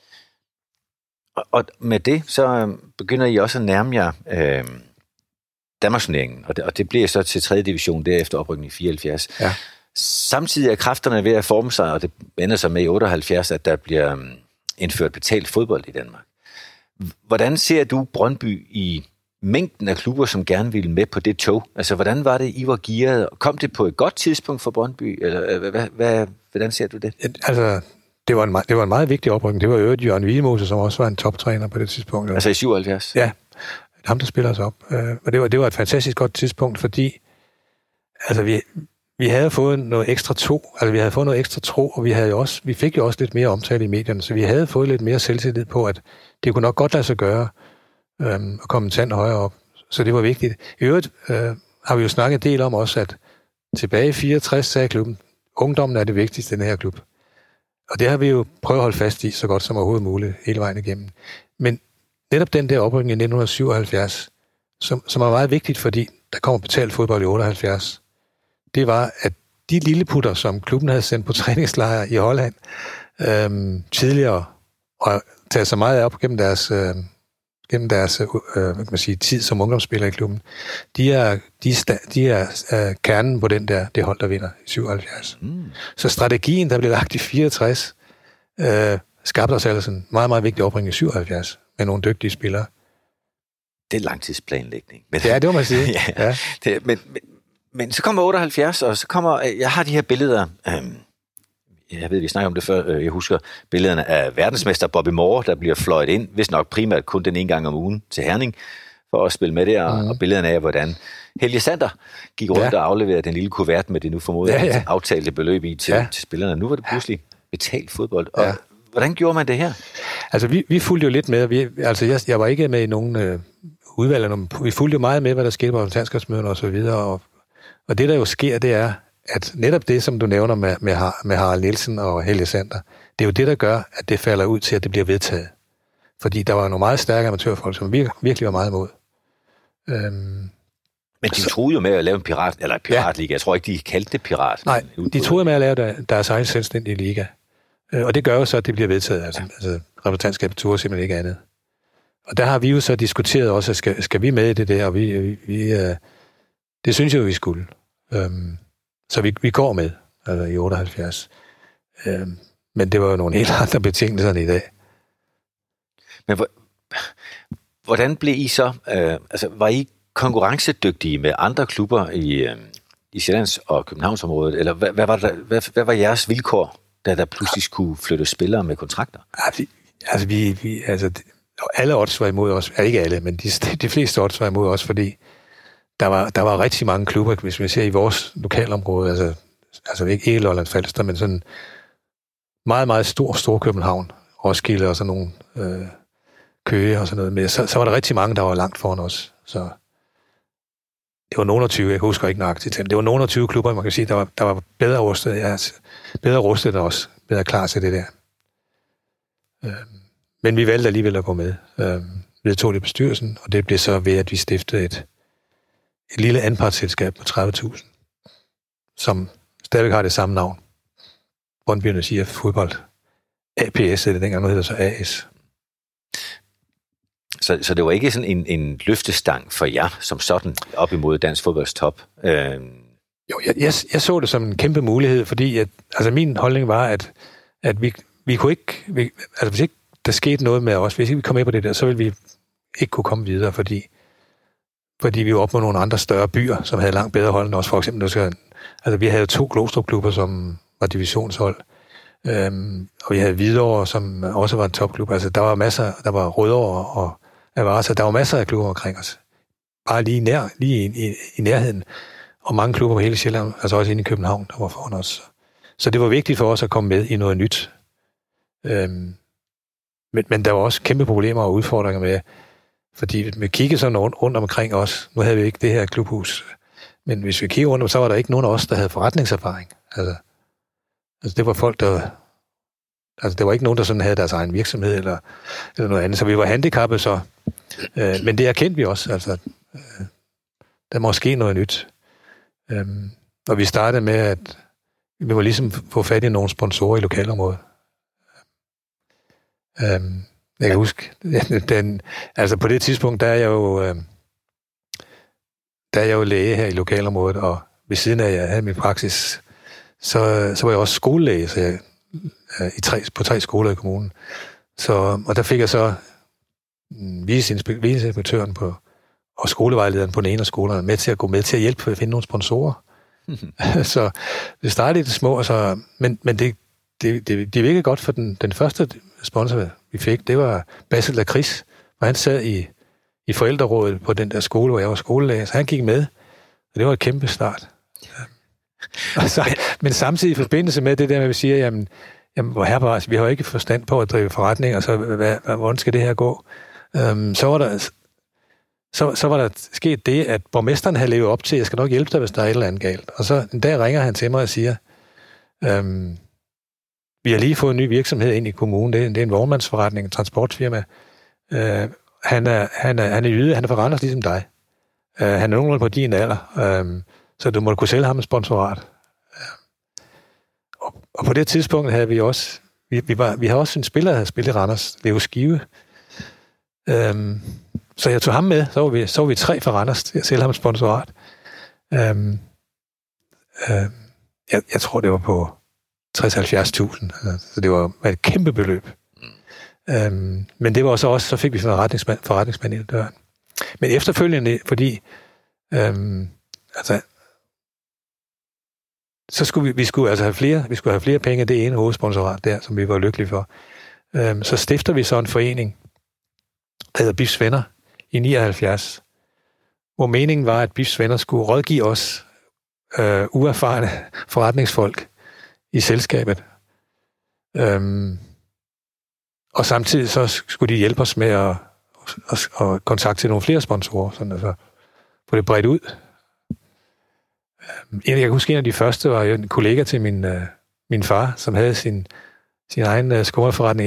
Og med det, så begynder I også at nærme jer Danmarksturneringen, og det bliver så til 3. division derefter oprykningen i 74. Ja. Samtidig er kræfterne ved at forme sig, og det ender så med i 78, at der bliver indført betalt fodbold i Danmark. Hvordan ser du Brøndby i mængden af klubber, som gerne ville med på det tog? Altså, hvordan var det, I var gearet? Kom det på et godt tidspunkt for Brøndby? Eller hvordan ser du det? Altså, det var en meget vigtig oprykning. Det var jo Jørgen Wielemose, som også var en toptræner på det tidspunkt. Altså i 77? Ja, ham der spiller os op. Og det var et fantastisk godt tidspunkt, fordi altså, vi havde fået noget ekstra tro, og vi fik jo også lidt mere omtale i medierne, så vi havde fået lidt mere selvtillid på, at det kunne nok godt lade sig gøre at komme en tand højere op. Så det var vigtigt. I øvrigt har vi jo snakket en del om også, at tilbage i 64 sagde klubben, ungdommen er det vigtigste i den her klub. Og det har vi jo prøvet at holde fast i, så godt som overhovedet muligt, hele vejen igennem. Men netop den der oprykning i 1977, som er meget vigtigt, fordi der kommer betalt fodbold i 78, det var, at de lilleputter, som klubben havde sendt på træningslejre i Holland tidligere, og taget så meget op gennem deres tid som ungdomsspiller i klubben, de er kernen på det hold, der vinder i 77. Så strategien, der blev lagt i 64, skabte os altså en meget, meget vigtig oprykning i 77 med nogle dygtige spillere. Det er langtidsplanlægning. Ja, det må man sige. Ja. Men så kommer 78, og så kommer... Jeg har de her billeder... Jeg ved, vi snakker om det før. Jeg husker billederne af verdensmester Bobby Moore, der bliver fløjet ind, hvis nok primært kun den ene gang om ugen til Herning, for at spille med der, og billederne af, hvordan Helge Sander gik rundt og afleverede den lille kuvert med det nu formodede aftalte beløb i til spillerne. Nu var det pludselig betalt fodbold. Og hvordan gjorde man det her? Altså, vi fulgte jo lidt med. Jeg var ikke med i nogen udvalg. Vi fulgte jo meget med, hvad der skete på repræsentantskabsmøderne og så videre. Og det, der jo sker, det er, at netop det, som du nævner med Harald Nielsen og Helge Sander, det er jo det, der gør, at det falder ud til, at det bliver vedtaget. Fordi der var nogle meget stærke amatørfolk, som virkelig var meget imod. Men de troede jo med at lave en piratliga. Jeg tror ikke, de kaldte det pirat. Nej, de troede med at lave deres egen selvstændige liga. Og det gør jo så, at det bliver vedtaget. Altså repræsentantskabet turde simpelthen ikke andet. Og der har vi jo så diskuteret også, at skal vi med i det der, og det synes jeg jo, vi skulle. Så vi går med, altså i 78. Men det var jo nogle helt andre betingelser end i dag. Men hvordan blev I så, var I konkurrencedygtige med andre klubber i Sjællands og Københavnsområdet, eller hvad var jeres vilkår, da der pludselig skulle flytte spillere med kontrakter? Alle odds var imod os. Ikke alle, men de fleste odds var imod os, fordi der var rigtig mange klubber, hvis vi ser i vores lokalområde, altså ikke Lolland Falster, men sådan meget, meget stor København, Roskilde og sådan nogle Køge og sådan noget med. Så var der rigtig mange, der var langt foran os. Så det var nogle af 20, jeg husker ikke nøjagtigt, det var nogle af 20 klubber, man kan sige, der var bedre rustet end os, bedre klar til det der. Men vi valgte alligevel at gå med. Vi tog det i bestyrelsen, og det blev så ved, at vi stiftede et lille anpartsselskab på 30.000, som stadigvæk har det samme navn. Brøndby Energi Fodbold. APS, det dengang, nu hedder så AS. Så det var ikke sådan en løftestang for jer, som sådan, op imod dansk fodbolds top? Jo, jeg så det som en kæmpe mulighed, fordi min holdning var, at vi kunne ikke... hvis ikke der skete noget med os, hvis ikke vi kom med på det der, så ville vi ikke kunne komme videre, fordi vi var op mod nogle andre større byer, som havde langt bedre hold end os. For eksempel, vi havde 2 Glostrup-klubber, som var divisionshold, og vi havde Hvidovre, som også var en topklub. Altså, der var masser, der var Rødovre og Avarsa, der var masser af klubber omkring os. Bare lige i nærheden. Og mange klubber på hele Sjælland, altså også inde i København, der var foran os. Så det var vigtigt for os at komme med i noget nyt. Men der var også kæmpe problemer og udfordringer med, fordi vi kiggede sådan rundt omkring os. Nu havde vi ikke det her klubhus. Men hvis vi kiggede rundt om, så var der ikke nogen af os, der havde forretningserfaring. Altså det var folk, der... Altså, det var ikke nogen, der sådan havde deres egen virksomhed eller noget andet. Så vi var handicappede så. Men det erkendte vi også. Altså, der må ske noget nyt. Og vi startede med, at vi var ligesom få fat i nogle sponsorer i lokalområdet. Jeg kan huske, på det tidspunkt, der er jeg jo læge her i lokalområdet, og ved siden af, at jeg havde min praksis, så var jeg også skolelæge, så jeg på 3 skoler i kommunen. Og der fik jeg så viceinspektøren og skolevejlederen på den ene af skolerne med til at gå med til at hjælpe for at finde nogle sponsorer. Så det startede i det små, men det virkede godt for den første sponsor, vi fik. Det var Basil Lakris, og han sad i forældrerådet på den der skole, hvor jeg var skolelærer, så han gik med, og det var et kæmpe start. Men samtidig i forbindelse med det der med, at vi siger, jamen vi har jo ikke forstand på at drive forretning, og så hvordan skal det her gå? Så var der sket det, at borgmesteren havde levet op til, jeg skal nok hjælpe dig, hvis der er et eller andet galt. Og så en dag ringer han til mig og siger, vi har lige fået en ny virksomhed ind i kommunen, det er en vognmandsforretning, et transportfirma. Han er jyde, han er fra Randers ligesom dig. Han er nogenlunde på din alder, så du må kunne sælge ham et sponsorat. Og på det tidspunkt havde vi også, vi har også en spiller, der havde spillet i Randers, Leo Skive. Så jeg tog ham med, så var vi 3 fra Randers til at sælge ham et sponsorat. Jeg tror, det var på 60-70.000, så det var et kæmpe beløb. Men det var også så fik vi forretningsmand i døren. Men efterfølgende, fordi så skulle vi skulle have flere penge af det ene hovedsponsorat der, som vi var lykkelige for. Så stifter vi så en forening, der hedder Bifs Venner, i 79, hvor meningen var, at Bifs Venner skulle rådgive os uerfarne forretningsfolk i selskabet. Og samtidig så skulle de hjælpe os med at kontakte nogle flere sponsorer, sådan altså få det bredt ud. Jeg kan huske, en af de første var jo en kollega til min far, som havde sin egen skoleforretning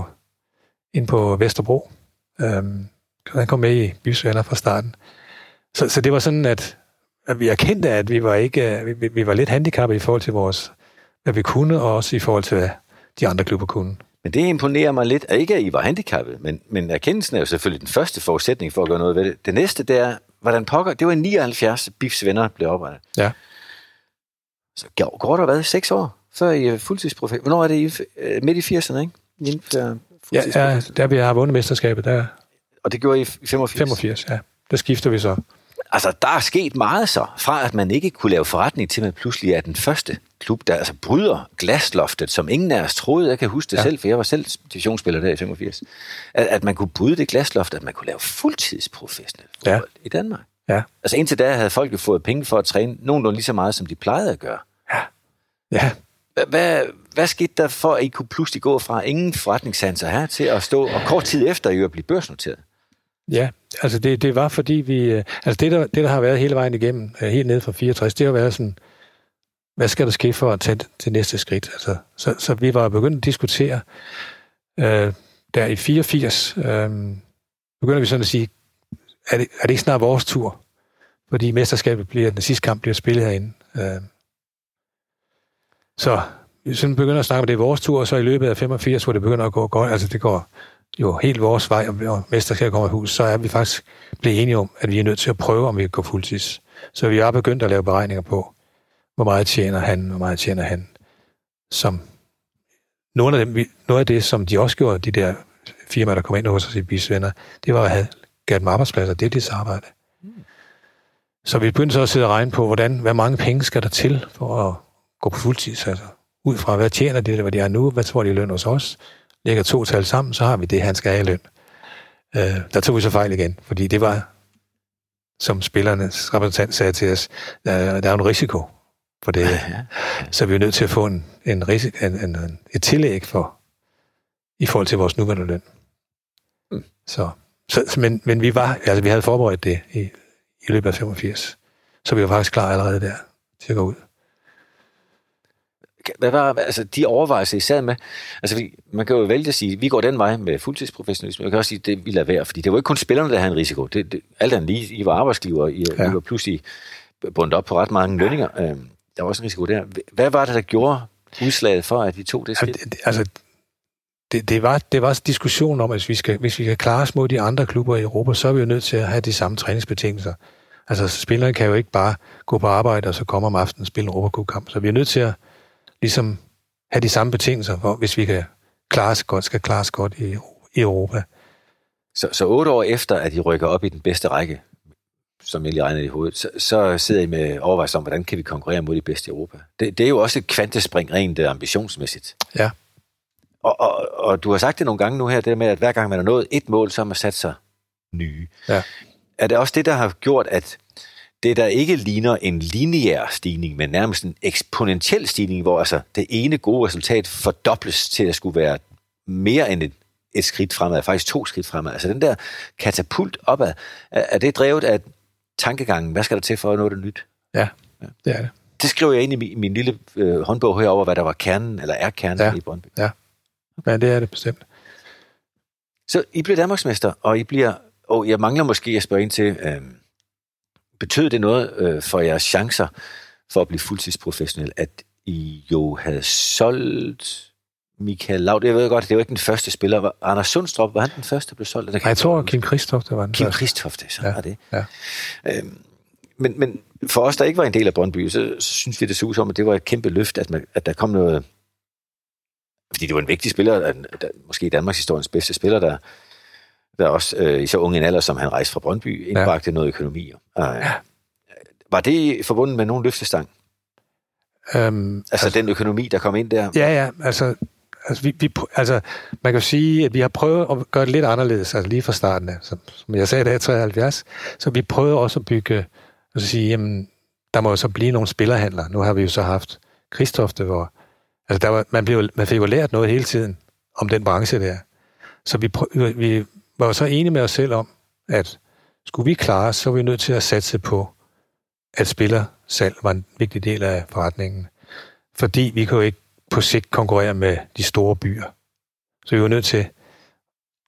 inde på Vesterbro. Han kom med i Bifs Venner fra starten. Så det var sådan, at vi erkendte, at vi var lidt handicappede i forhold til hvad vi kunne, og også i forhold til, hvad de andre klubber kunne. Men det imponerer mig lidt, at ikke at I var handicappede, men erkendelsen er jo selvfølgelig den første forudsætning for at gøre noget ved det. Det næste, det er, hvordan pokker, det var i 79, BIFs venner blev oprettet. Ja. Så går der 6 år, før I er fuldtidsprofessionel? Hvornår er det midt i 80'erne, ikke? Ja, der vi har vundet mesterskabet, der. Og det gjorde I i 85? 85, ja. Der skifter vi så. Altså, der er sket meget så, fra at man ikke kunne lave forretning til, at man pludselig er den første klub, der altså bryder glasloftet, som ingen af os troede. Jeg kan huske det selv, for jeg var selv divisionsspiller der i 85. At man kunne bryde det glasloft, at man kunne lave fuldtidsprofessionel fodbold i Danmark. Ja. Altså indtil da havde folk jo fået penge for at træne nogenlunde lige så meget, som de plejede at gøre. Ja. Hvad skete der for, at I kunne pludselig gå fra ingen forretningssanser her til at stå, og kort tid efter I at blive børsnoteret? Ja, altså det var fordi vi... Altså det der har været hele vejen igennem, helt ned fra 64, det har været sådan, hvad skal der ske for at tage til næste skridt? Altså, så vi var begyndt at diskutere, der i 84, begynder vi sådan at sige, er det ikke snart vores tur? Fordi mesterskabet den sidste kamp bliver spillet herinde. Så vi sådan begynder at snakke om, det er vores tur, og så i løbet af 85, hvor det begynder at gå godt, altså det går jo helt vores vej, og mesterskabet kommer i hus, så er vi faktisk blevet enige om, at vi er nødt til at prøve, om vi kan gå fuldtids. Så vi har begyndt at lave beregninger på, hvor meget tjener han, som noget af det, som de også gjorde, de der firmaer, der kom ind hos os i BIFs venner, det var at have gav dem arbejdspladser, det er det arbejde. Så vi begyndte så at sidde og regne på, hvad mange penge skal der til for at gå på fuldtids, altså ud fra, hvad tjener det, hvad de er nu, hvad tror de løn hos os, lægger 2 tal sammen, så har vi det, han skal have i løn. Der tog vi så fejl igen, fordi det var, som spillernes repræsentant sagde til os, der er en risiko for det. Ja. Så vi er nødt til at få et tillæg i forhold til vores nuværende løn. Men vi havde forberedt det i løbet af 85, så vi var faktisk klar allerede der til at gå ud. Hvad var altså de overvejelser, I sad med? Altså, man kan jo vælge at sige, vi går den vej med fuldtidsprofessionalisme. Man kan også sige, det vi lader være, fordi det var ikke kun spillerne, der havde en risiko. Alt andet lige, I var arbejdsgiver, I var pludselig bundet op på ret mange lønninger. Der var også en risiko der. Hvad var det, der gjorde udslaget for, at vi tog det skridt? Det var diskussion om, at hvis vi kan klare os mod de andre klubber i Europa, så er vi jo nødt til at have de samme træningsbetingelser. Altså, spillerne kan jo ikke bare gå på arbejde, og så komme om aftenen og spille en Europacup-kamp. Så vi er nødt til at ligesom have de samme betingelser, for, hvis vi kan skal klare os godt i Europa. Så 8 år efter, at I rykker op i den bedste række, som jeg lige regnede i hovedet, så sidder I med overvejelser om, hvordan kan vi konkurrere mod de bedste i Europa. Det er jo også et kvantespring rent ambitionsmæssigt. Ja. Og du har sagt det nogle gange nu her, det med, at hver gang man har nået et mål, så har man sat sig nye. Ja. Er det også det, der har gjort, at det, der ikke ligner en lineær stigning, men nærmest en eksponentiel stigning, hvor altså det ene gode resultat fordobles til at skulle være mere end et skridt fremad, faktisk 2 skridt fremad. Altså den der katapult opad, er det drevet af tankegangen? Hvad skal der til for at nå det nyt? Ja, det er det. Det skriver jeg ind i min lille håndbog herover, hvad der var kernen, eller er kernen i Brøndby. Ja, det er det bestemt. Så I bliver danmarksmester, og I bliver, og jeg mangler måske at spørge ind til, betød det noget for jeres chancer for at blive fuldtidsprofessionel, at I jo havde solgt Michael Laud? Jeg ved godt, det var ikke den første spiller. Anders Sundstrup, var han den første, der blev solgt? Nej, jeg tror, Kim Christofte var den første. Kim Christofte, så var det. Ja. Men for os, der ikke var en del af Brøndby, så synes vi, det så ud som, at det var et kæmpe løft, at der kom noget. Fordi det var en vigtig spiller, måske Danmarks historiens bedste spiller, der også i så unge en alder, som han rejste fra Brøndby, indbragte noget økonomi. Var det forbundet med nogen løftestang? Altså den økonomi, der kom ind der? Ja, altså man kan jo sige, at vi har prøvet at gøre det lidt anderledes, altså lige fra starten af. Som jeg sagde, da jeg 73, så vi prøvede også at bygge, altså sige, jamen, der må jo så blive nogle spillerhandler. Nu har vi jo så haft Christofte, hvor altså man fik jo lært noget hele tiden om den branche der. Så vi var så enige med os selv om, at skulle vi klare os, så var vi nødt til at satse på, at spillersalg var en vigtig del af forretningen. Fordi vi kan jo ikke på sigt konkurrere med de store byer. Så vi var nødt til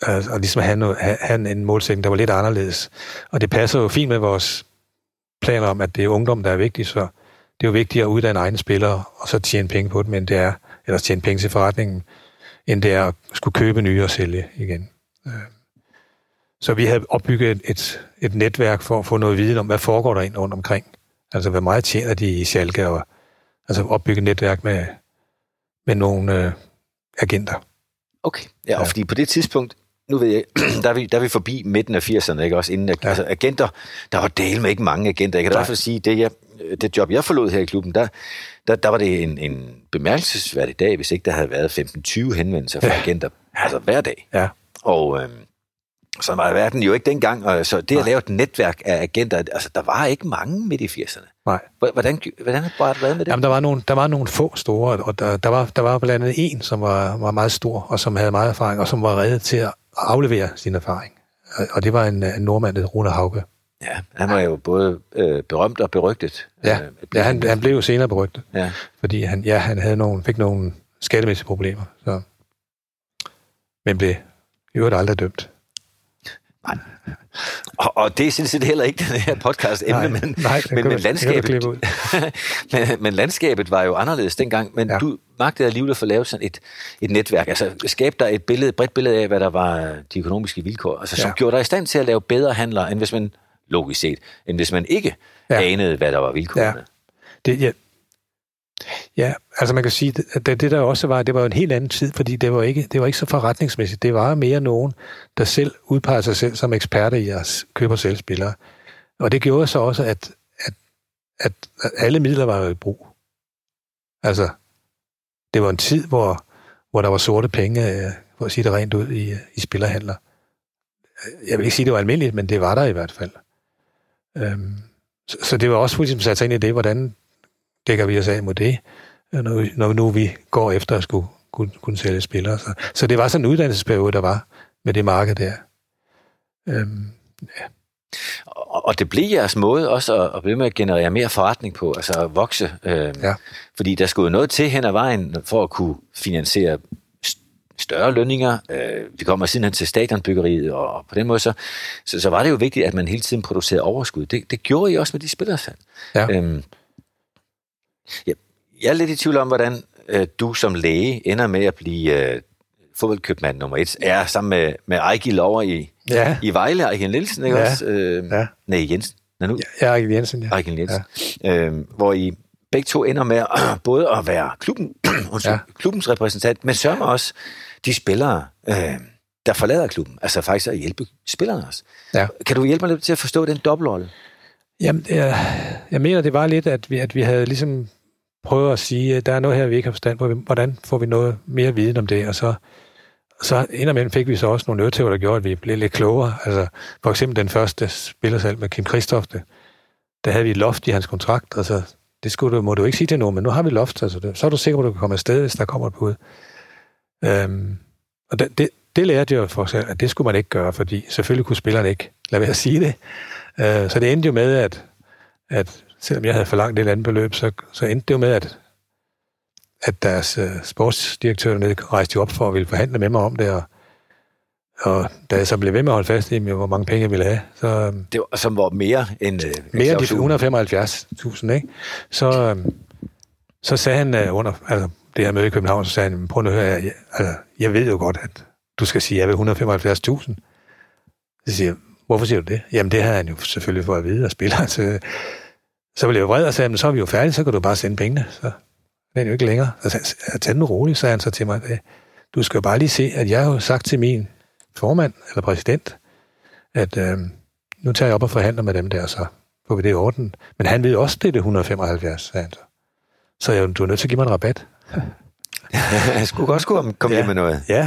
og ligesom have en målsætning, der var lidt anderledes. Og det passer jo fint med vores planer om, at det er ungdom, der er vigtigt, så det er jo vigtigt at uddanne egne spillere, og så tjene penge på dem, eller tjene penge til forretningen, end det er at skulle købe nye og sælge igen. Så vi havde opbygget et netværk for at få noget viden om, hvad foregår der ind rundt omkring. Altså, hvor meget tjener de i Schalke, og altså opbygge et netværk med nogle agenter. Okay, ja, og fordi på det tidspunkt, nu ved jeg, der er vi forbi midten af 80'erne, ikke også? Inden, altså agenter, der var del med ikke mange agenter. Jeg kan i hvert fald sige, det job, jeg forlod her i klubben, der var det en bemærkelsesværdig dag, hvis ikke der havde været 15-20 henvendelser fra agenter, altså hver dag. Ja. Og så var verden jo ikke dengang, og så det at lave et netværk af agenter, altså der var ikke mange midt i 80'erne. Nej. Hvordan har det været med det? Jamen, der var nogle få store, og der var blandt andet en, som var meget stor, og som havde meget erfaring, og som var reddet til at aflevere sin erfaring. Og det var en nordmand, der Rune Hauge. Ja, han var jo både berømt og berygtet. Ja, han blev jo senere berygtet, ja. Fordi han fik nogle skattemæssige problemer, så, men blev i øvrigt aldrig dømt. Nej. Og det er sådan set heller ikke den her podcast-emne, men landskabet. men landskabet var jo anderledes dengang, men du magtede alligevel at få lavet sådan et netværk, altså skabe dig et bredt billede af, hvad der var de økonomiske vilkår, altså som gjorde dig i stand til at lave bedre handler, end hvis man, logisk set, end hvis man ikke anede, hvad der var vilkårene. Ja, altså man kan sige, at det der også var, det var jo en helt anden tid, fordi det var ikke så forretningsmæssigt. Det var mere nogen, der selv udpeger sig selv som eksperter i at købe og sælge spillere. Og det gjorde så også, at alle midler var jo i brug. Altså, det var en tid, hvor der var sorte penge, for at sige det rent ud, i spillerhandler. Jeg vil ikke sige, det var almindeligt, men det var der i hvert fald. Så det var også fuldstændig sat sig ind i det, hvordan dækker vi os af mod det, når nu vi går efter at skulle kunne sælge spillere. Så det var sådan en uddannelsesperiode, der var med det marked der. Og det blev jeres måde også at blive med at generere mere forretning på, altså at vokse. Fordi der skulle noget til hen ad vejen for at kunne finansiere større lønninger. Vi kommer sidenhen til stadionbyggeriet, og på den måde så var det jo vigtigt, at man hele tiden producerede overskud. Det gjorde I også med de spillersalg. Ja. Jeg er lidt i tvivl om, hvordan du som læge ender med at blive fodboldkøbmand nummer 1. Er sammen med Ejgil over i Vejle, Ejgil Nielsen, ikke også? Nej, Jensen. Ja, Ejgil Jensen, ja. Ejgil Jensen. Ja. Hvor I begge to ender med både at være klubbens repræsentant, men sørger også de spillere, der forlader klubben. Altså faktisk at hjælpe spillerne også. Ja. Kan du hjælpe mig lidt til at forstå den dobbeltrolle? Jamen, jeg mener, det var lidt, at vi havde ligesom prøvet at sige, at der er noget her, vi ikke har forstand på. Hvordan får vi noget mere viden om det? Og så indimellem fik vi så også nogle øretæver, der gjorde, at vi blev lidt klogere. Altså, for eksempel den første spillersalg med Kim Christofte, der havde vi et loft i hans kontrakt. Altså, det må du ikke sige til nogen, men nu har vi loft. Altså, så er du sikker på, at du kan komme afsted, hvis der kommer et bud. Og det lærte jeg for sig, at det skulle man ikke gøre, fordi selvfølgelig kunne spillerne ikke lade være at sige det. Så det endte jo med, at selvom jeg havde forlangt et andet beløb, så endte det jo med, at deres sportsdirektør dernede rejste op for at ville forhandle med mig om det, og da jeg så blev ved med at holde fast i, hvor mange penge jeg ville have, så... Det var, som var mere end... mere end de 175.000, ikke? Så sagde han under det her møde i København, så sagde han, prøv at høre, jeg ved jo godt, at du skal sige, at jeg vil 175.000. Så siger jeg, hvorfor siger du det? Jamen, det har han jo selvfølgelig for at vide og spille. Så blev jeg vred og sagde, så er vi jo færdige, så kan du bare sende pengene. Så det er jo ikke længere. Så tag den roligt, sagde han så til mig. Du skal jo bare lige se, at jeg har jo sagt til min formand eller præsident, at nu tager jeg op og forhandler med dem der, så får vi det i orden. Men han ved også, det er det 175, sagde han så. Så du er nødt til at give mig en rabat. Jeg skulle godt komme hjem med noget. Ja.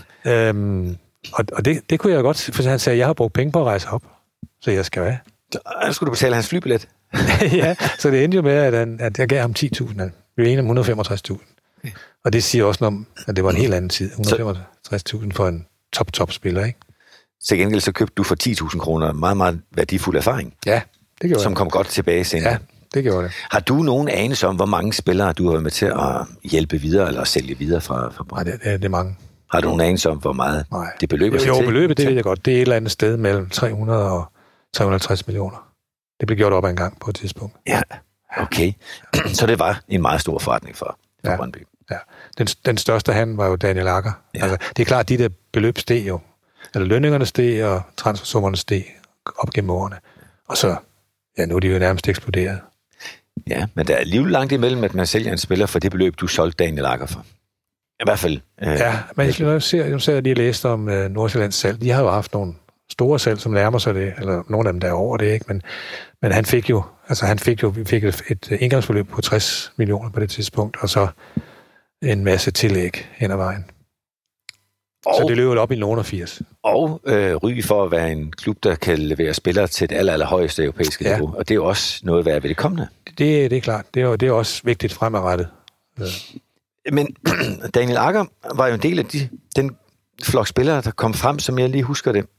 Og det kunne jeg godt, for han sagde, at jeg har brugt penge på at rejse op, så jeg skal have. Så skulle du betale hans flybillet? Ja, så det endte jo med, at jeg gav ham 10.000. Vi var enige om 165.000. Og det siger også noget om, at det var en helt anden tid. 165.000 for en top-spiller, ikke? Til gengæld så købte du for 10.000 kroner meget, meget værdifuld erfaring. Ja, det gjorde som kom godt tilbage senere. Ja, det gjorde det. Har du nogen anelse om, hvor mange spillere du har været med til at hjælpe videre eller sælge videre fra Nej, det er mange. Har du nogen anelse om, hvor meget det beløber sig til? Jo, beløbet, det ved jeg godt. Det er et eller andet sted mellem 300 og 350 millioner. Det blev gjort op ad en gang på et tidspunkt. Ja, okay. Så det var en meget stor forretning for Brøndby. Ja. Den største handel var jo Daniel Agger. Ja. Altså, det er klart, at de der beløb steg jo. Eller lønningerne steg, og transfersummerne steg op gennem årene. Og så, nu er de jo nærmest eksploderet. Ja, men der er alligevel langt imellem, at man sælger en spiller for det beløb, du solgte Daniel Agger for. I hvert fald. Ja, men jeg ser lige læst om Nordsjællands salg. De har jo haft nogle store salg, som nærmer sig det, eller nogle af dem der er over det, ikke? Men vi fik et indgangsbeløb på 60 millioner på det tidspunkt, og så en masse tillæg hen ad vejen. Så det løber op i nogen af 80. Og Ry for at være en klub, der kan levere spillere til det allerhøjeste europæiske niveau. Og det er jo også noget værd ved det kommende. Det er klart. Det er også vigtigt fremadrettet. Ja. Men Daniel Agger var jo en del af den flok spillere, der kom frem, som jeg lige husker det,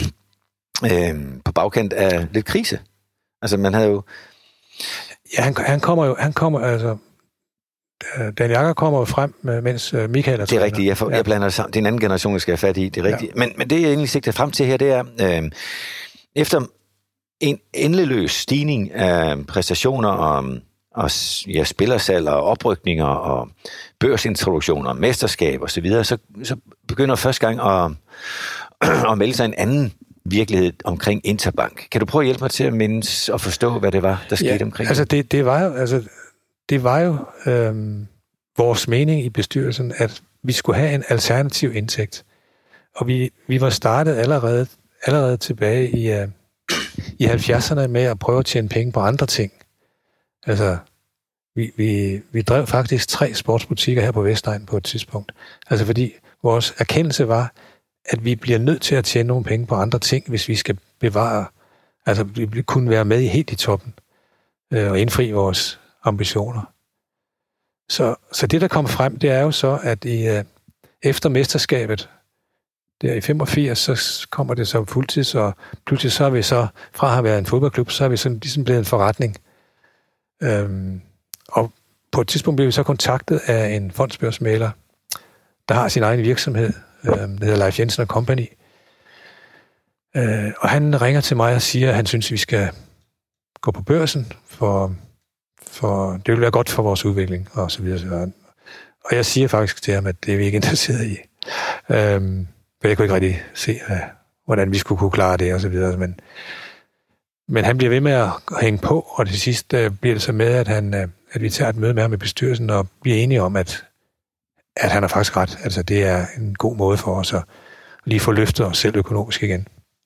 på bagkant af lidt krise. Altså man havde jo... Ja, han kommer altså... Daniel Agger kommer jo frem, mens Michael er det er rigtigt, jeg blander sammen. Det er en anden generation, jeg skal have fat i, det er rigtigt. Ja. Men det, jeg egentlig sigter frem til her, det er, efter en endeløs stigning af præstationer og spillersalg og oprykninger og børsintroduktioner, mesterskab og så videre, så begynder første gang at melde sig en anden virkelighed omkring Interbank. Kan du prøve at hjælpe mig til at mindes og forstå, hvad det var, der skete omkring altså det var jo vores mening i bestyrelsen, at vi skulle have en alternativ indtægt. Og vi var startet allerede tilbage i 70'erne med at prøve at tjene penge på andre ting. Altså, vi drev faktisk 3 sportsbutikker her på Vestegn på et tidspunkt. Altså fordi vores erkendelse var, at vi bliver nødt til at tjene nogle penge på andre ting, hvis vi skal bevare, altså vi kunne være med helt i toppen og indfri vores ambitioner. Så det, der kom frem, det er jo så, at efter mesterskabet, der i 85, så kommer det som fuldtids, og pludselig så har vi så, fra at have været en fodboldklub, så har vi sådan ligesom blevet en forretning. Og på et tidspunkt blev vi så kontaktet af en fondsbørsmægler, der har sin egen virksomhed, der hedder Leif Jensen & Company. Og han ringer til mig og siger, at han synes, at vi skal gå på børsen, for det vil være godt for vores udvikling, og så videre. Og jeg siger faktisk til ham, at det er vi ikke interesseret i. For jeg kunne ikke rigtig se, hvordan vi skulle kunne klare det, og så videre. Men han bliver ved med at hænge på, og til sidst bliver det så med, at vi tager et møde med ham i bestyrelsen, og bliver enige om, at han har faktisk ret. Altså, det er en god måde for os at lige få løftet os selv økonomisk igen.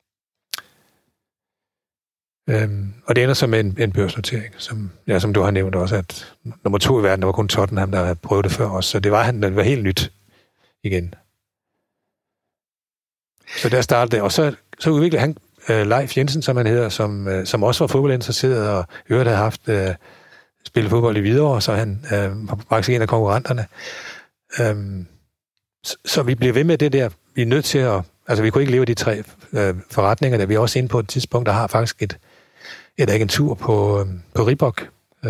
Og det ender så med en børsnotering, som du har nævnt også, at nummer 2 i verden, der var kun Tottenham, der havde prøvet det før os, så det var helt nyt igen. Så der startede det, og så udviklede han Leif Jensen, som han hedder, som også var fodboldinteresseret, og øvrigt havde haft spillet fodbold i Hvidovre, så han var faktisk en af konkurrenterne. Så vi bliver ved med det der, vi er nødt til at, altså vi kunne ikke leve de 3 forretninger, der vi er også inde på et tidspunkt, der har faktisk et agentur på Reebok.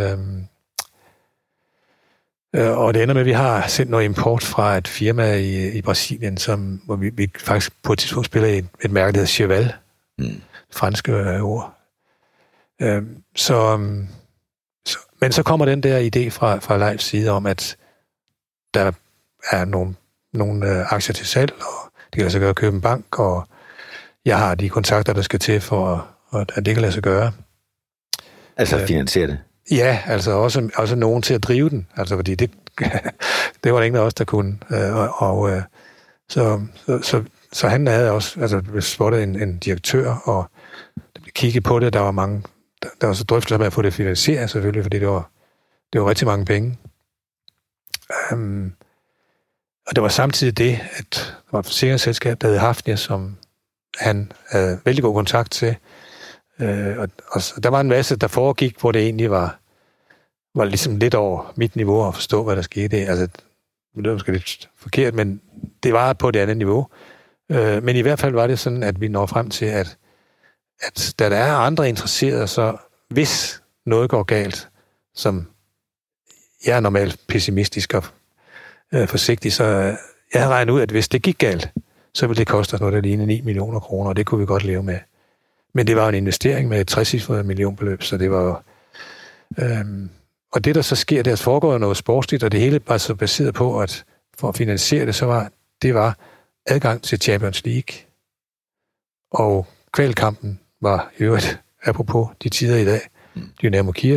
Og det ender med, at vi har sendt noget import fra et firma i Brasilien, hvor vi faktisk på et tidspunkt spiller i et mærke, der hedder Cheval. Franske ord. Men så kommer den der idé fra Leifs side om, at der er nogle aktier til salg, og det kan lade sig gøre at købe en bank, og jeg har de kontakter, der skal til for, at det kan lade sig gøre. Altså finansiere det? Ja, altså også nogen til at drive den, altså fordi det var der ingen af os, der kunne. Så han havde også spottet en direktør, og kigget på det, der var mange, der var så drøftelser med at få det finansieret selvfølgelig, fordi det var rigtig mange penge. Og det var samtidig det, at der var et forsikringsselskab, der hed Hafnia, som han havde vældig god kontakt til. Og der var en masse, der foregik, hvor det egentlig var ligesom lidt over mit niveau at forstå, hvad der skete. Altså, det var måske lidt forkert, men det var på det andet niveau. Men i hvert fald var det sådan, at vi når frem til, at da der er andre interesserede, så hvis noget går galt, som jeg er normalt pessimistisk og forsigtig, så Jeg havde regnet ud, at hvis det gik galt, så ville det koste os noget, der lignede 9 millioner kroner, og det kunne vi godt leve med. Men det var en investering med et 60-cifret millionbeløb, så det var... og det, der så sker, der foregår noget sportsligt, og det hele var så baseret på, at for at finansiere det, så var adgang til Champions League. Og kvalkampen var i øvrigt, apropos de tider i dag, Dynamo Kiev,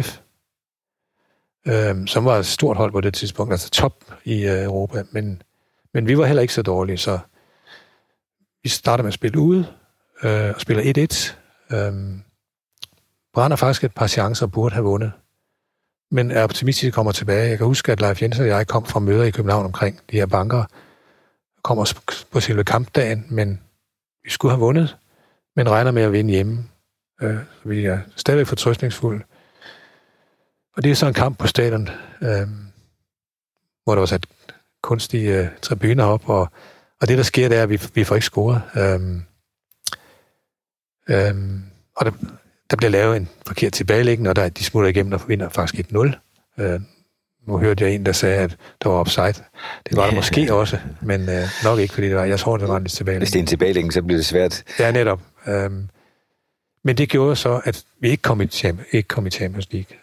som var et stort hold på det tidspunkt, altså top i Europa, men vi var heller ikke så dårlige, så vi starter med at spille ude, og spiller 1-1. Brænder faktisk et par chancer og burde have vundet, men er optimistisk kommer tilbage. Jeg kan huske, at Leif Jensen og jeg kom fra møder i København omkring de her banker, kommer på selve kampdagen, men vi skulle have vundet, men regner med at vinde hjemme. Vi er stadigvæk fortrøstningsfulde. Og det er så en kamp på stadion, hvor der var sat kunstige tribuner op, og det, der sker, det er, at vi får ikke scoret. Og der bliver lavet en forkert tilbagelæggende, og de smutter igennem og vinder faktisk 1-0. Nu hørte jeg en, der sagde, at der var offside. Det var der måske også, men nok ikke, fordi jeg tror, det var en lidt tilbagelæggende. Hvis det er en tilbagelæggende, så bliver det svært. Ja, netop. Men det gjorde så, at vi ikke kom i Champions League.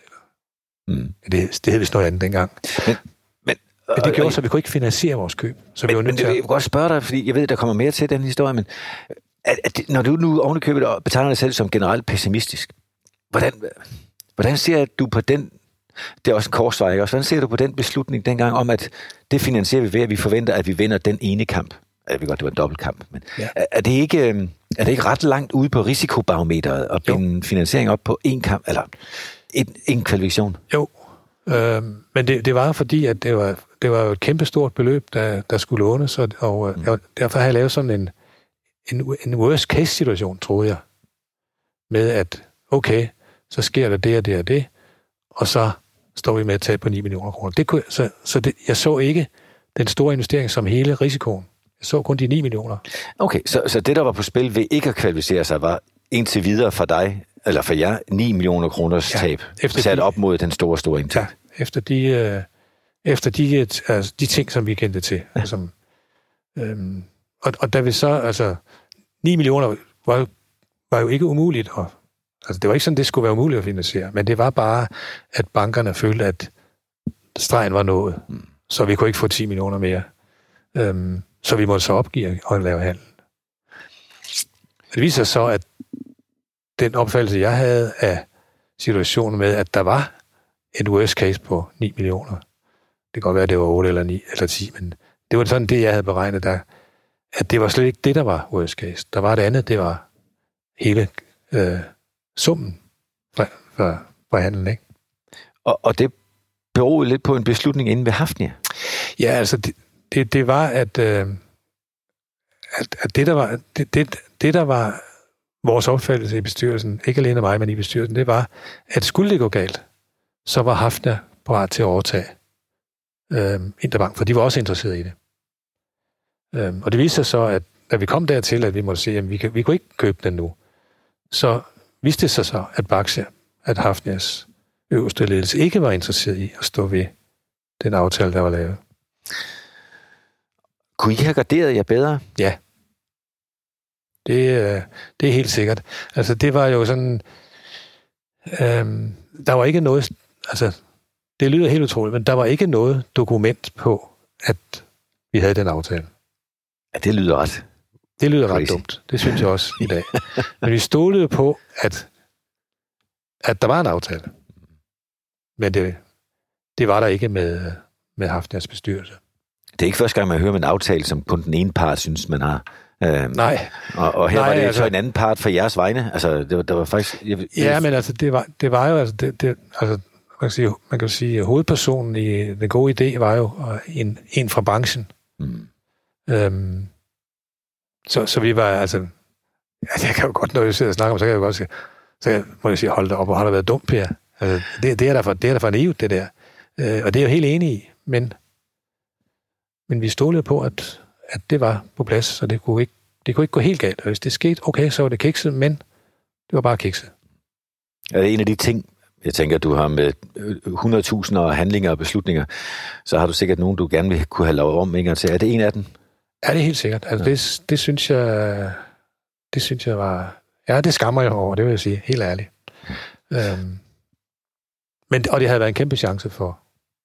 Det hed vist noget andet dengang. Men det gjorde så, at vi kunne ikke finansiere vores køb. Så vi var nødt til jeg vil godt spørge dig, fordi jeg ved, der kommer mere til den historie, men når du nu ovenikøbet og betegner dig selv som generelt pessimistisk, hvordan ser du på den, det er også en korsvej, ikke? Hvordan ser du på den beslutning dengang om, at det finansierer vi ved, at vi forventer, at vi vinder den ene kamp? Jeg ved godt, det var en dobbeltkamp, men ja. Er det ikke ret langt ude på risikobarometeret at binde finansiering op på en kamp, eller en kvalifikation? Jo, men det var fordi, at det var et kæmpestort beløb, der skulle lånes, og derfor har jeg lavet sådan en worst case situation, troede jeg, med at okay, så sker der det og det og det, og så står vi med at tage på 9 millioner kroner. Jeg så ikke den store investering som hele risikoen. Jeg så kun de 9 millioner. Okay, så det, der var på spil ved ikke at kvalificere sig, var indtil videre for dig, eller for jer, 9 millioner kroners tab, sat op mod den store indtægt. Ja, efter de ting, som vi kendte til. Ja. Som, og da vi så, 9 millioner var jo ikke umuligt, og det var ikke sådan, det skulle være umuligt at finansiere, men det var bare, at bankerne følte, at stregen var nået, så vi kunne ikke få 10 millioner mere. Så vi måtte så opgive og lave handel. Det viser så, at den opfattelse, jeg havde af situationen med, at der var et worst case på 9 millioner. Det kan godt være, at det var 8 eller 9 eller 10, men det var sådan det, jeg havde beregnet der, at det var slet ikke det, der var worst case. Der var det andet, det var hele summen fra handlen, ikke? Og det beror lidt på en beslutning inde ved Hafnia. Ja, altså det var, at det der var vores opfattelse i bestyrelsen, ikke alene mig, men i bestyrelsen, det var, at skulle det gå galt, så var Hafnia parat til at overtage Interbank, for de var også interesserede i det. Og det viste sig så, at da vi kom dertil, at vi måtte sige, at vi kunne ikke købe den nu, så viste det sig så, at Baxia, at Hafnias øverste ledelse ikke var interesseret i at stå ved den aftale, der var lavet. Kunne I have garderet jer bedre? Ja. Det er helt sikkert. Altså, det var jo sådan... der var ikke noget... Altså, det lyder helt utroligt, men der var ikke noget dokument på, at vi havde den aftale. Ja, det lyder ret... Det lyder ret dumt. Det synes jeg også i dag. Men vi stolede på, at der var en aftale. Men det var der ikke med Hafnias bestyrelse. Det er ikke første gang, man hører om en aftale, som kun den ene part synes, man har. Nej. Og her var det så en anden part for jeres vegne. Altså, det var faktisk... Ja, men altså, det var jo... Altså, man kan sige, hovedpersonen i den gode idé var jo en fra branchen. Så vi var, altså jeg kan jo godt, når jeg sidder og snakker om, så kan jeg jo godt sige, så må jeg sige, hold da op, og har der været dumt, Per. Altså, det er der for naivt, det der. Og det er jeg jo helt enig i, men vi stolede på, at det var på plads, så det kunne ikke gå helt galt. Og hvis det skete, okay, så var det kikset, men det var bare kikset. Er det en af de ting, jeg tænker, du har med 100.000 handlinger og beslutninger, så har du sikkert nogen, du gerne vil kunne have lavet om, ikke? Er det en af dem? Ja, det er helt sikkert. Altså, det synes jeg var... Ja, det skammer jeg over, det vil jeg sige, helt ærligt. Og det havde været en kæmpe chance for...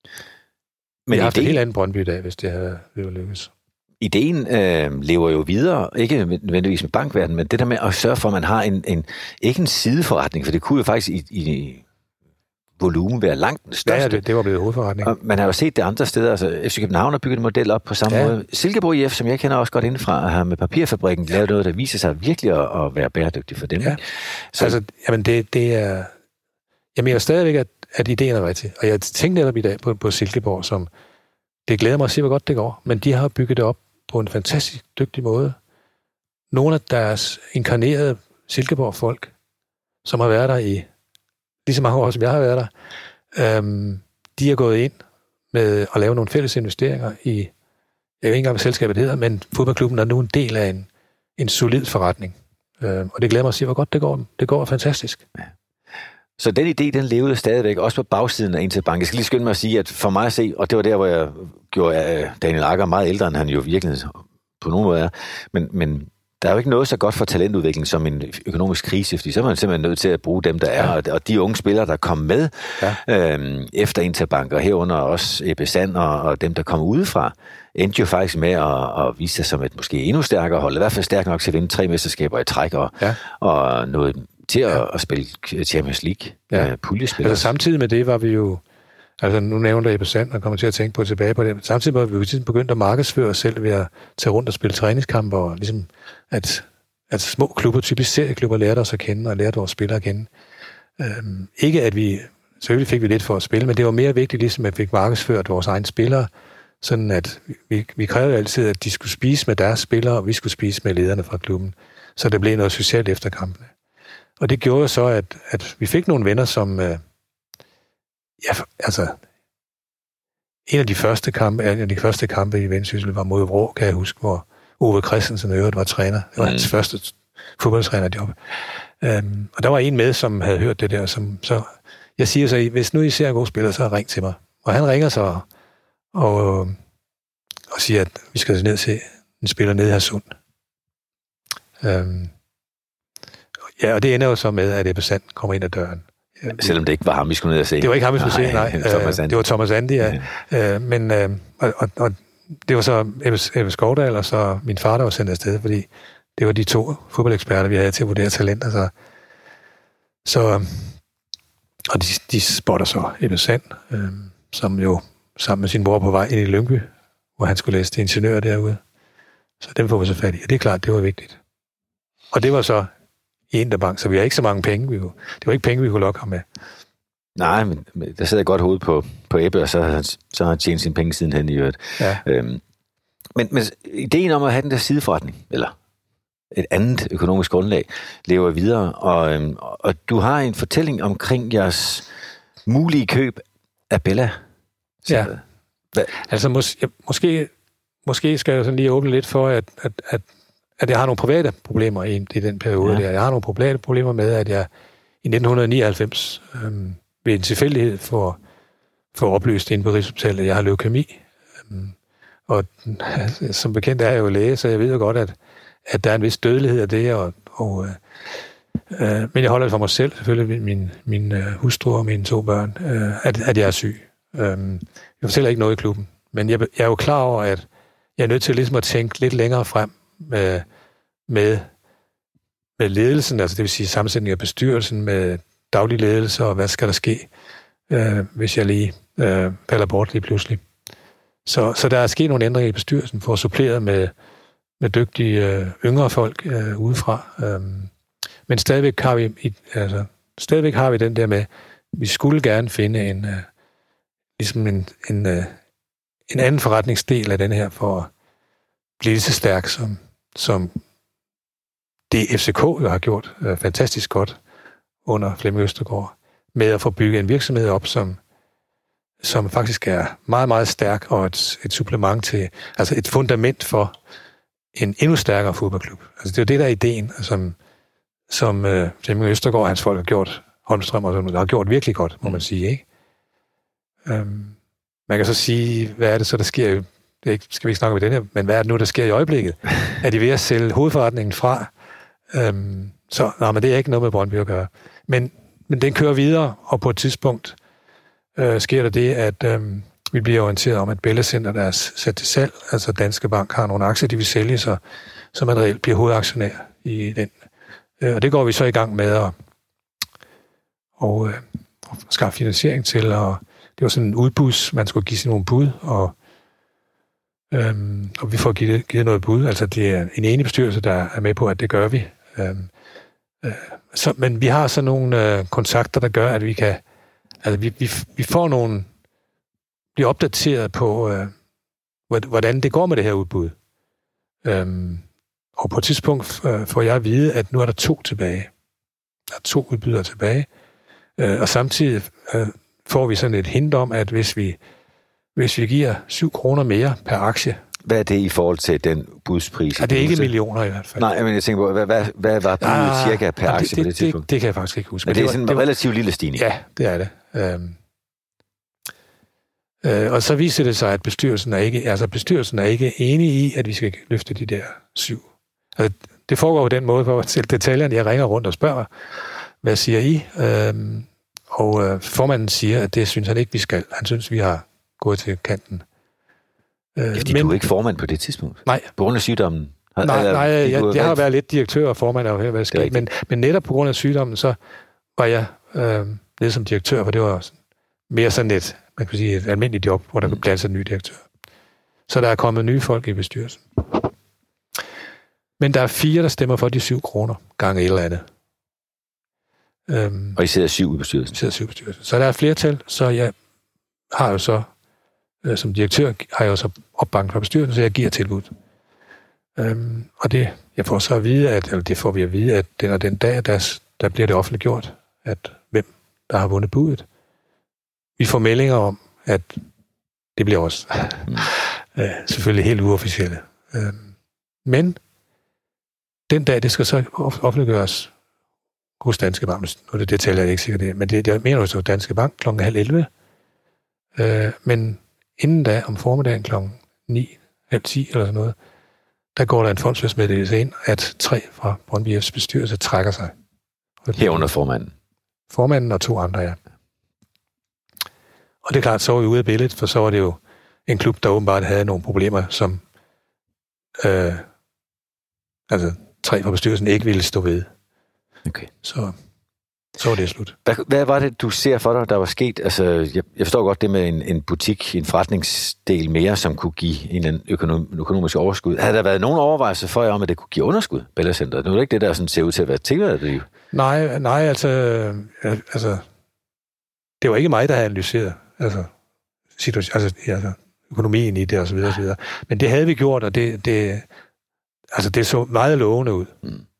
Men vi har haft et helt andet Brøndby i dag, hvis det havde lykkes. Ideen lever jo videre, ikke nødvendigvis med bankverdenen, men det der med at sørge for, at man har ikke en sideforretning, for det kunne jo faktisk i volumen være langt den største. Ja, det var blevet hovedforretning. Og man har jo set det andre steder, altså FC København har bygget en model op på samme måde. Silkeborg IF, som jeg kender også godt indefra, har med papirfabrikken lavet noget, der viser sig virkelig at være bæredygtigt for dem. Ja. Så altså, jamen det er... Jeg mener stadigvæk, at ideen er rigtig. Og jeg tænkte netop i dag på Silkeborg, som... Det glæder mig at se, hvor godt det går. Men de har bygget det op på en fantastisk dygtig måde. Nogle af deres inkarnerede Silkeborg-folk, som har været der i lige så mange år, som jeg har været der, de er gået ind med at lave nogle fælles investeringer i, jeg ved ikke engang, hvad selskabet hedder, men fodboldklubben er nu en del af en solid forretning. Og det glæder mig at se, hvor godt det går. Det går fantastisk. Ja. Så den idé, den levede stadigvæk, også på bagsiden af Interbank. Jeg skal lige skynde mig at sige, at for mig at se, og det var der, hvor jeg gjorde Daniel Agger meget ældre, end han jo virkelig på nogen måde er, men der er jo ikke noget så godt for talentudvikling som en økonomisk krise, fordi så er man simpelthen nødt til at bruge dem, der er, og de unge spillere, der kom med efter Interbank, og herunder også Ebbe Sand og dem, der kom udefra, endte jo faktisk med at vise sig som et måske endnu stærkere hold, i hvert fald stærk nok til at vinde 3 mesterskaber i træk, og noget til at spille Champions League puljespil. Altså samtidig med det var vi jo, altså nu nævner Ebbe Sand, og kommer til at tænke på tilbage på det, samtidig var vi jo begyndt at markedsføre os selv ved at tage rundt og spille træningskampe, og ligesom at små klubber, typisk serieklubber, lærte os at kende, og lærte vores spillere at kende. Ikke at vi, selvfølgelig fik vi lidt for at spille, men det var mere vigtigt ligesom, at vi fik markedsført vores egne spillere, sådan at vi krævede altid, at de skulle spise med deres spillere, og vi skulle spise med lederne fra klubben. Så det blev noget socialt efter kampene. Og det gjorde så, at vi fik nogle venner, som... en af de første kampe i Vendsyssel var mod Vrå, kan jeg huske, hvor Ove Christensen øvrigt var træner. Det var hans første fodboldtrænerjob. Og der var en med, som havde hørt det der, som så... Jeg siger så, hvis nu I ser en god spiller, så ring til mig. Og han ringer så og siger, at vi skal ned til en spiller nede i Hadsund. Ja, og det ender jo så med, at Ebbe Sand kommer ind ad døren. Selvom det ikke var ham, vi skulle ned og se. Det var ikke ham, vi skulle se, nej. Det var Thomas Andi, ja. Men det var så Ebbe Skovdal, og så min far, der var sendt afsted, fordi det var de 2 fodboldeksperter, vi havde til at vurdere talenter. Og de spotter så Ebbe Sand, som jo sammen med sin bror på vej ind i Lyngby, hvor han skulle læse til ingeniør derude. Så dem får vi så fat i, og det er klart, det var vigtigt. Og det var så i Interbank, så vi har ikke så mange penge. Det var ikke penge, vi kunne lokke ham med. Nej, men der sidder godt hoved på Ebbe, og så har han tjent sine penge sidenhen i øvrigt. Ja. Men ideen om at have den der sideforretning, eller et andet økonomisk grundlag, lever videre, og du har en fortælling omkring jeres mulige køb af Bella. Ja. Altså måske skal jeg sådan lige åbne lidt for, at jeg har nogle private problemer i den periode der. Jeg har nogle private problemer med, at jeg i 1999 ved en tilfældighed får oplyst inde på Rigshospitalet, at jeg har leukæmi. Og som bekendt er jeg jo læge, så jeg ved jo godt, at der er en vis dødelighed af det, men jeg holder det for mig selv, selvfølgelig min hustru og mine 2 børn, at jeg er syg. Jeg fortæller ikke noget i klubben, men jeg er jo klar over, at jeg er nødt til ligesom at tænke lidt længere frem med ledelsen, altså det vil sige sammensætning af bestyrelsen, med daglig ledelse, og hvad skal der ske, hvis jeg lige falder bort lige pludselig. Så der er sket nogle ændringer i bestyrelsen for at supplere med dygtige yngre folk udefra. Men stadigvæk har vi den der med, vi skulle gerne finde ligesom en anden forretningsdel af den her, for at blive lige så stærk, som det FCK jo har gjort fantastisk godt under Flemming Østergaard, med at få bygget en virksomhed op, som faktisk er meget, meget stærk, og et supplement til, altså et fundament for en endnu stærkere fodboldklub. Altså det er jo det, der er ideen, som Flemming Østergaard og hans folk har gjort, Holmstrøm og sådan, har gjort virkelig godt, må man sige, ikke? Man kan så sige, hvad er det så, der sker? skal vi ikke snakke om den her, men hvad er det nu, der sker i øjeblikket? Er de ved at sælge hovedforretningen fra? Men det er ikke noget med Brøndby at gøre. Men den kører videre, og på et tidspunkt sker der det, at vi bliver orienteret om, at Bella Center, der er sat til salg, altså Danske Bank har nogle aktier, de vil sælge, så man reelt bliver hovedaktionær i den. Og det går vi så i gang med at skaffe finansiering til, og det var sådan en udbuds, man skulle give sig nogle bud, og vi får givet noget bud. Altså det er en enig bestyrelse, der er med på, at det gør vi. Men vi har så nogle kontakter, der gør, at vi kan, altså vi får nogle, bliver opdateret på, hvordan det går med det her udbud. Og på et tidspunkt får jeg at vide, at nu er der 2 tilbage. Der er 2 udbydere tilbage. Og samtidig får vi sådan et hint om, at hvis vi giver 7 kroner mere per aktie. Hvad er det i forhold til den budspris? Ja, det er ikke millioner i hvert fald. Nej, men jeg tænker på, hvad var budet cirka per aktie på det tidspunkt? Det kan jeg faktisk ikke huske. Men det er sådan en relativt lille stigning. Ja, det er det. Og så viser det sig, at bestyrelsen er ikke enig i, at vi skal løfte de der 7. Altså, det foregår på den måde, hvor til detaljerne, jeg ringer rundt og spørger, hvad siger I? Og formanden siger, at det synes han ikke, vi skal. Han synes, vi har gået til kanten. Fordi du er ikke formand på det tidspunkt? Nej. På grund af sygdommen? Nej, jeg har været lidt direktør og formand af hvad der skete. Men netop på grund af sygdommen, så var jeg lidt som direktør, for det var mere sådan et almindeligt job, hvor der blev plads en ny direktør. Så der er kommet nye folk i bestyrelsen. Men der er 4, der stemmer for de 7 kroner gange et eller andet. Og I sidder 7 i bestyrelsen? Så der er flertal, så jeg har jo så, som direktør, har jeg jo så opbakning fra bestyrelsen, så jeg giver tilbud. Og jeg får så at vide, det får vi at vide, at den dag, der bliver det offentliggjort, at hvem der har vundet budet. Vi får meldinger om, at det bliver også selvfølgelig helt uofficielle. Men den dag, det skal så offentliggøres hos Danske Bank. Nu er det detaljer, jeg ikke sikkert det, men jeg mener jo så Danske Bank kl. 9:30. Men inden da, om formiddagen kl. 9, 9:30 eller sådan noget, der går der en fondsmeddelelse ind, at 3 fra Brøndby F's bestyrelse trækker sig. Herunder formanden? Formanden og 2 andre, ja. Og det er klart, så var vi ude af billedet, for så var det jo en klub, der åbenbart havde nogle problemer, som 3 fra bestyrelsen ikke ville stå ved. Okay. Så var det slut. Hvad var det, du ser for dig, der var sket? Altså, jeg forstår godt det med en butik, en forretningsdel mere, som kunne give en eller anden økonomisk overskud. Havde der været nogen overvejelser for jer om, at det kunne give underskud, Bella Center? Nu er det ikke det, der sådan ser ud til at være tænkt det jo. Nej, altså, det var ikke mig, der havde analyseret økonomien i det, og så videre, og så videre. Men det havde vi gjort, og det så meget lovende ud.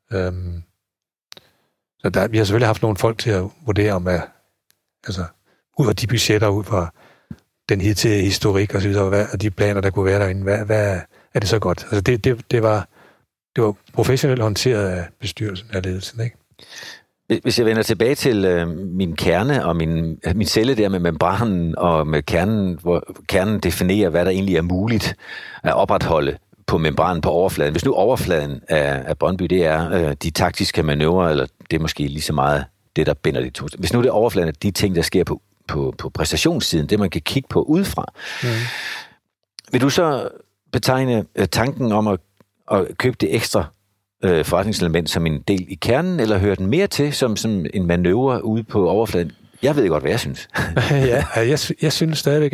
Så vi har selvfølgelig haft nogle folk til at vurdere om, ud af de budgetter, ud fra den hidtidige historik og så videre, og de planer, der kunne være derinde, hvad er det så godt? Altså det var professionelt håndteret af bestyrelsen, af ledelsen, ikke? Hvis jeg vender tilbage til min kerne og min celle der med membranen og med kernen, hvor kernen definerer, hvad der egentlig er muligt at opretholde på membranen på overfladen. Hvis nu overfladen af Brøndby, det er de taktiske manøvrer, eller det er måske lige så meget det, der binder de to. Hvis nu det er overfladen af de ting, der sker på præstationssiden, det man kan kigge på udefra, vil du så betegne tanken om at købe det ekstra forretningselement som en del i kernen, eller høre den mere til som en manøvre ude på overfladen? Jeg ved godt, hvad jeg synes. Jeg synes stadigvæk,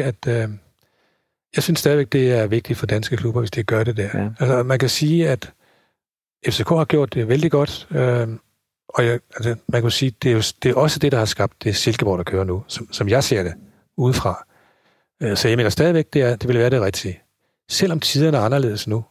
det er vigtigt for danske klubber, hvis det gør det der. Ja. Altså, man kan sige, at FCK har gjort det vældig godt, og man kan sige, det er også det, der har skabt det Silkeborg, der kører nu, som jeg ser det udefra. Så jeg mener stadigvæk, det vil være det rigtige. Selvom tiderne er anderledes nu.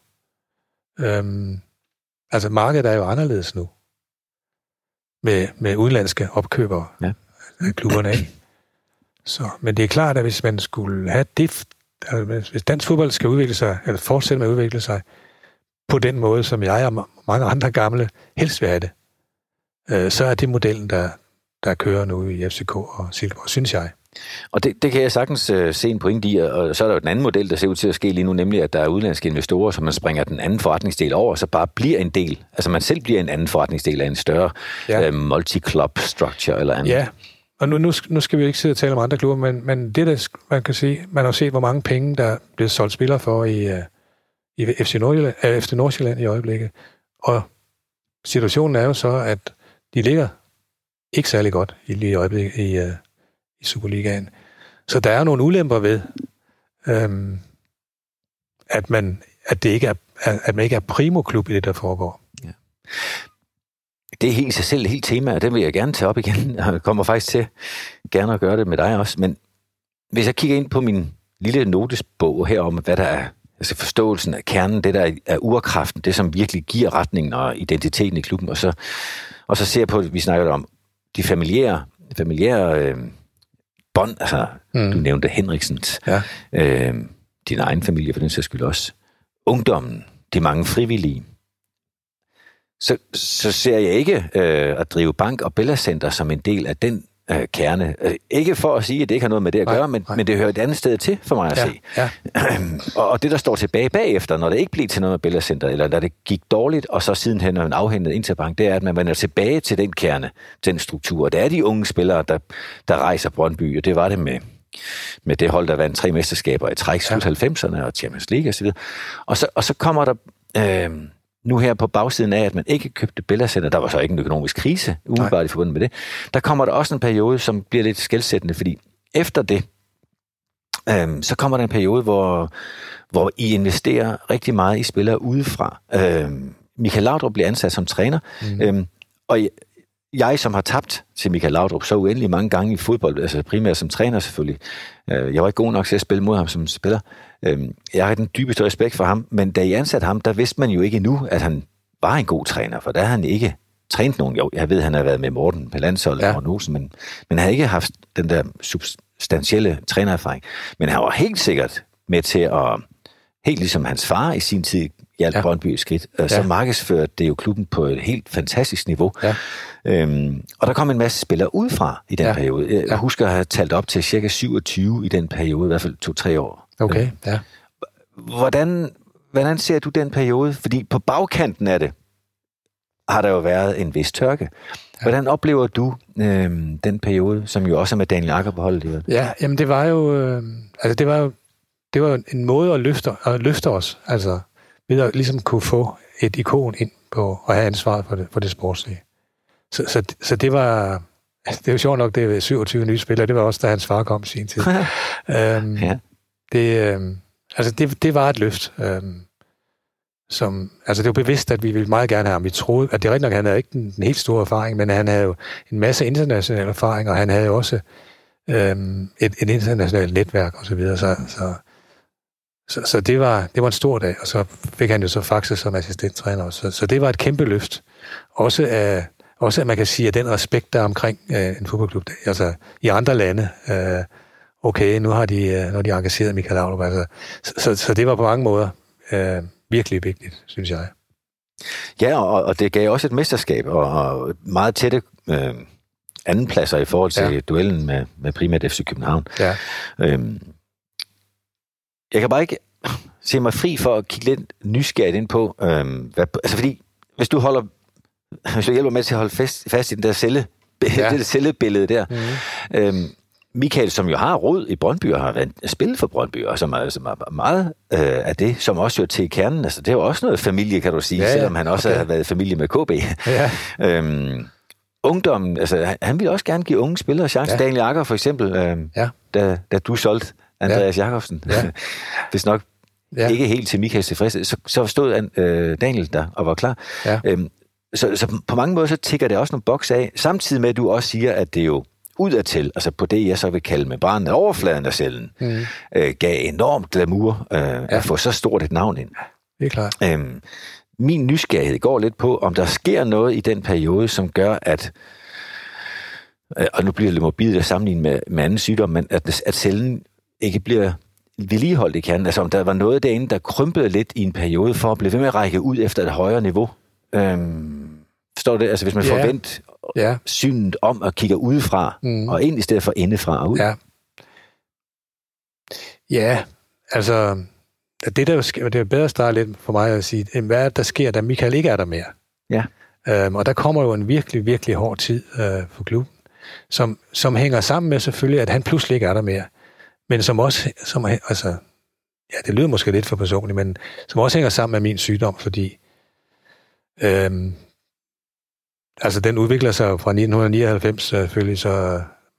Markedet er jo anderledes nu. Med udenlandske opkøbere af klubberne af. Men det er klart, at hvis man skulle have det, hvis dansk fodbold skal udvikle sig, eller fortsætte med at udvikle sig, på den måde, som jeg og mange andre gamle helst vil have det, så er det modellen, der kører nu i FCK og Silkeborg, synes jeg. Og det kan jeg sagtens se en pointe i, og så er der jo den anden model, der ser ud til at ske lige nu, nemlig at der er udenlandske investorer, som man springer den anden forretningsdel over, så bare bliver en del, altså man selv bliver en anden forretningsdel af en større multi-club structure eller andet. Ja, og nu skal vi ikke sidde og tale om andre klubber, men det der, man kan se, man har set, hvor mange penge, der bliver solgt spillere for i FC Nordsjælland i øjeblikket, og situationen er jo så, at de ligger ikke særlig godt i øjeblikket i Superligaen. Så der er nogle ulemper ved, at man ikke er primo-klub i det, der foregår. Ja. Det er helt i sig selv et helt tema, og det vil jeg gerne tage op igen. Jeg kommer faktisk til gerne at gøre det med dig også. Men hvis jeg kigger ind på min lille notesbog her om, hvad der er, altså forståelsen af kernen, det der er urkraften, det som virkelig giver retningen og identiteten i klubben, og så ser jeg på, vi snakker om de familiære bånd, altså du nævnte Henriksens, din egen familie for den sags skyld også, ungdommen, de mange frivillige, så ser jeg ikke at drive bank og Bella Center som en del af den kerne. Ikke for at sige, at det ikke har noget med det at gøre, men det hører et andet sted til for mig at se. Ja. Og det, der står tilbage bagefter, når det ikke blev til noget med Bella Center, eller når det gik dårligt, og så sidenhen en afhentet Interbank, det er, at man vender tilbage til den kerne, den struktur. Det er de unge spillere, der rejser Brøndby, og det var det med det hold, der vandt 3 mesterskaber i træk, slut 90'erne og Champions League osv. Og så kommer der nu her på bagsiden af, at man ikke købte Bella Center, der var så ikke en økonomisk krise, umiddelbart i forbundet med det, der kommer der også en periode, som bliver lidt skelsættende, fordi efter det, så kommer der en periode, hvor I investerer rigtig meget i spillere udefra. Michael Laudrup bliver ansat som træner, og jeg, som har tabt til Michael Laudrup så uendelig mange gange i fodbold, altså primært som træner selvfølgelig. Jeg var ikke god nok til at spille mod ham som spiller. Jeg har den dybeste respekt for ham, men da I ansatte ham, der vidste man jo ikke endnu, at han var en god træner, for der har han ikke trænet nogen. Jo, jeg ved, at han har været med Morten på landsholdet og Nosen, men han har ikke haft den der substantielle trænererfaring. Men han var helt sikkert med til at, helt ligesom hans far i sin tid, hjalp Brøndby et skridt, så markedsførte det jo klubben på et helt fantastisk niveau. Ja. Og der kom en masse spillere udefra i den periode. Jeg husker at have talt op til cirka 27 i den periode, i hvert fald 2-3 år. Okay, ja. Hvordan ser du den periode? Fordi på bagkanten af det har der jo været en vis tørke. Hvordan oplever du den periode, som jo også er med Daniel Agger på holdet? Ja, jamen det var jo det var en måde at løfte os, altså ved at ligesom kunne få et ikon ind på at have ansvaret for det sportslige. Så det var, altså det er jo sjovt nok, det er 27 nye spillere, det var også da hans far kom i sin tid. Det var et løft, altså det var bevidst, at vi ville meget gerne have ham. Vi troede, at det er rigtigt nok, han havde ikke den helt store erfaring, men han havde jo en masse international erfaring, og han havde jo også et internationalt netværk og så videre, så det var en stor dag, og så fik han jo så Faxe som assistenttræner. Så det var et kæmpe løft. Også at man kan sige, at den respekt, der er omkring en fodboldklub, altså i andre lande, okay, nu har de engageret Michael Laudrup, altså, så det var på mange måder virkelig vigtigt, synes jeg. Ja, og det gav også et mesterskab, og meget tætte andenpladser i forhold til duellen med primært FC København. Ja. Jeg kan bare ikke se mig fri for at kigge lidt nysgerrigt ind på, fordi hvis du hjælper med til at holde fast i den der det cellebillede der, Michael, som jo har rod i Brøndby og har spillet for Brøndby, og som er meget af det, som også hører til kernen, altså det er jo også noget familie, kan du sige, selvom han også har været familie med KB. Ja. Ungdommen, altså han ville også gerne give unge spillere chance. Ja. Daniel Agger for eksempel, da du solgte Andreas Jacobsen. Ja. Hvis nok ikke helt til Michaels tilfredshed, så stod Daniel der og var klar. Ja. Så på mange måder, så tikker det også nogle boks af, samtidig med, at du også siger, at det jo udadtil, altså på det, jeg så vil kalde med branden af overfladen af cellen, gav enormt glamour at få så stort et navn ind. Det er klart. Min nysgerrighed går lidt på, om der sker noget i den periode, som gør, at og nu bliver det lidt morbidt at sammenligne med anden sygdom, men at cellen ikke bliver vedligeholdt i kernen. Altså om der var noget derinde, der krympede lidt i en periode, for at blive ved med at række ud efter et højere niveau. Forstår du det? Altså hvis man forventer synet om at kigge udefra, og ind i stedet for indefra og ud. Ja, altså, det er bedre at starte lidt for mig at sige, hvad er det, der sker, da Michael ikke er der mere? Ja. Og der kommer jo en virkelig, virkelig hård tid for klubben, som hænger sammen med selvfølgelig, at han pludselig ikke er der mere, men som også, altså, ja, det lyder måske lidt for personligt, men som også hænger sammen med min sygdom, fordi altså, den udvikler sig fra 1999 selvfølgelig, så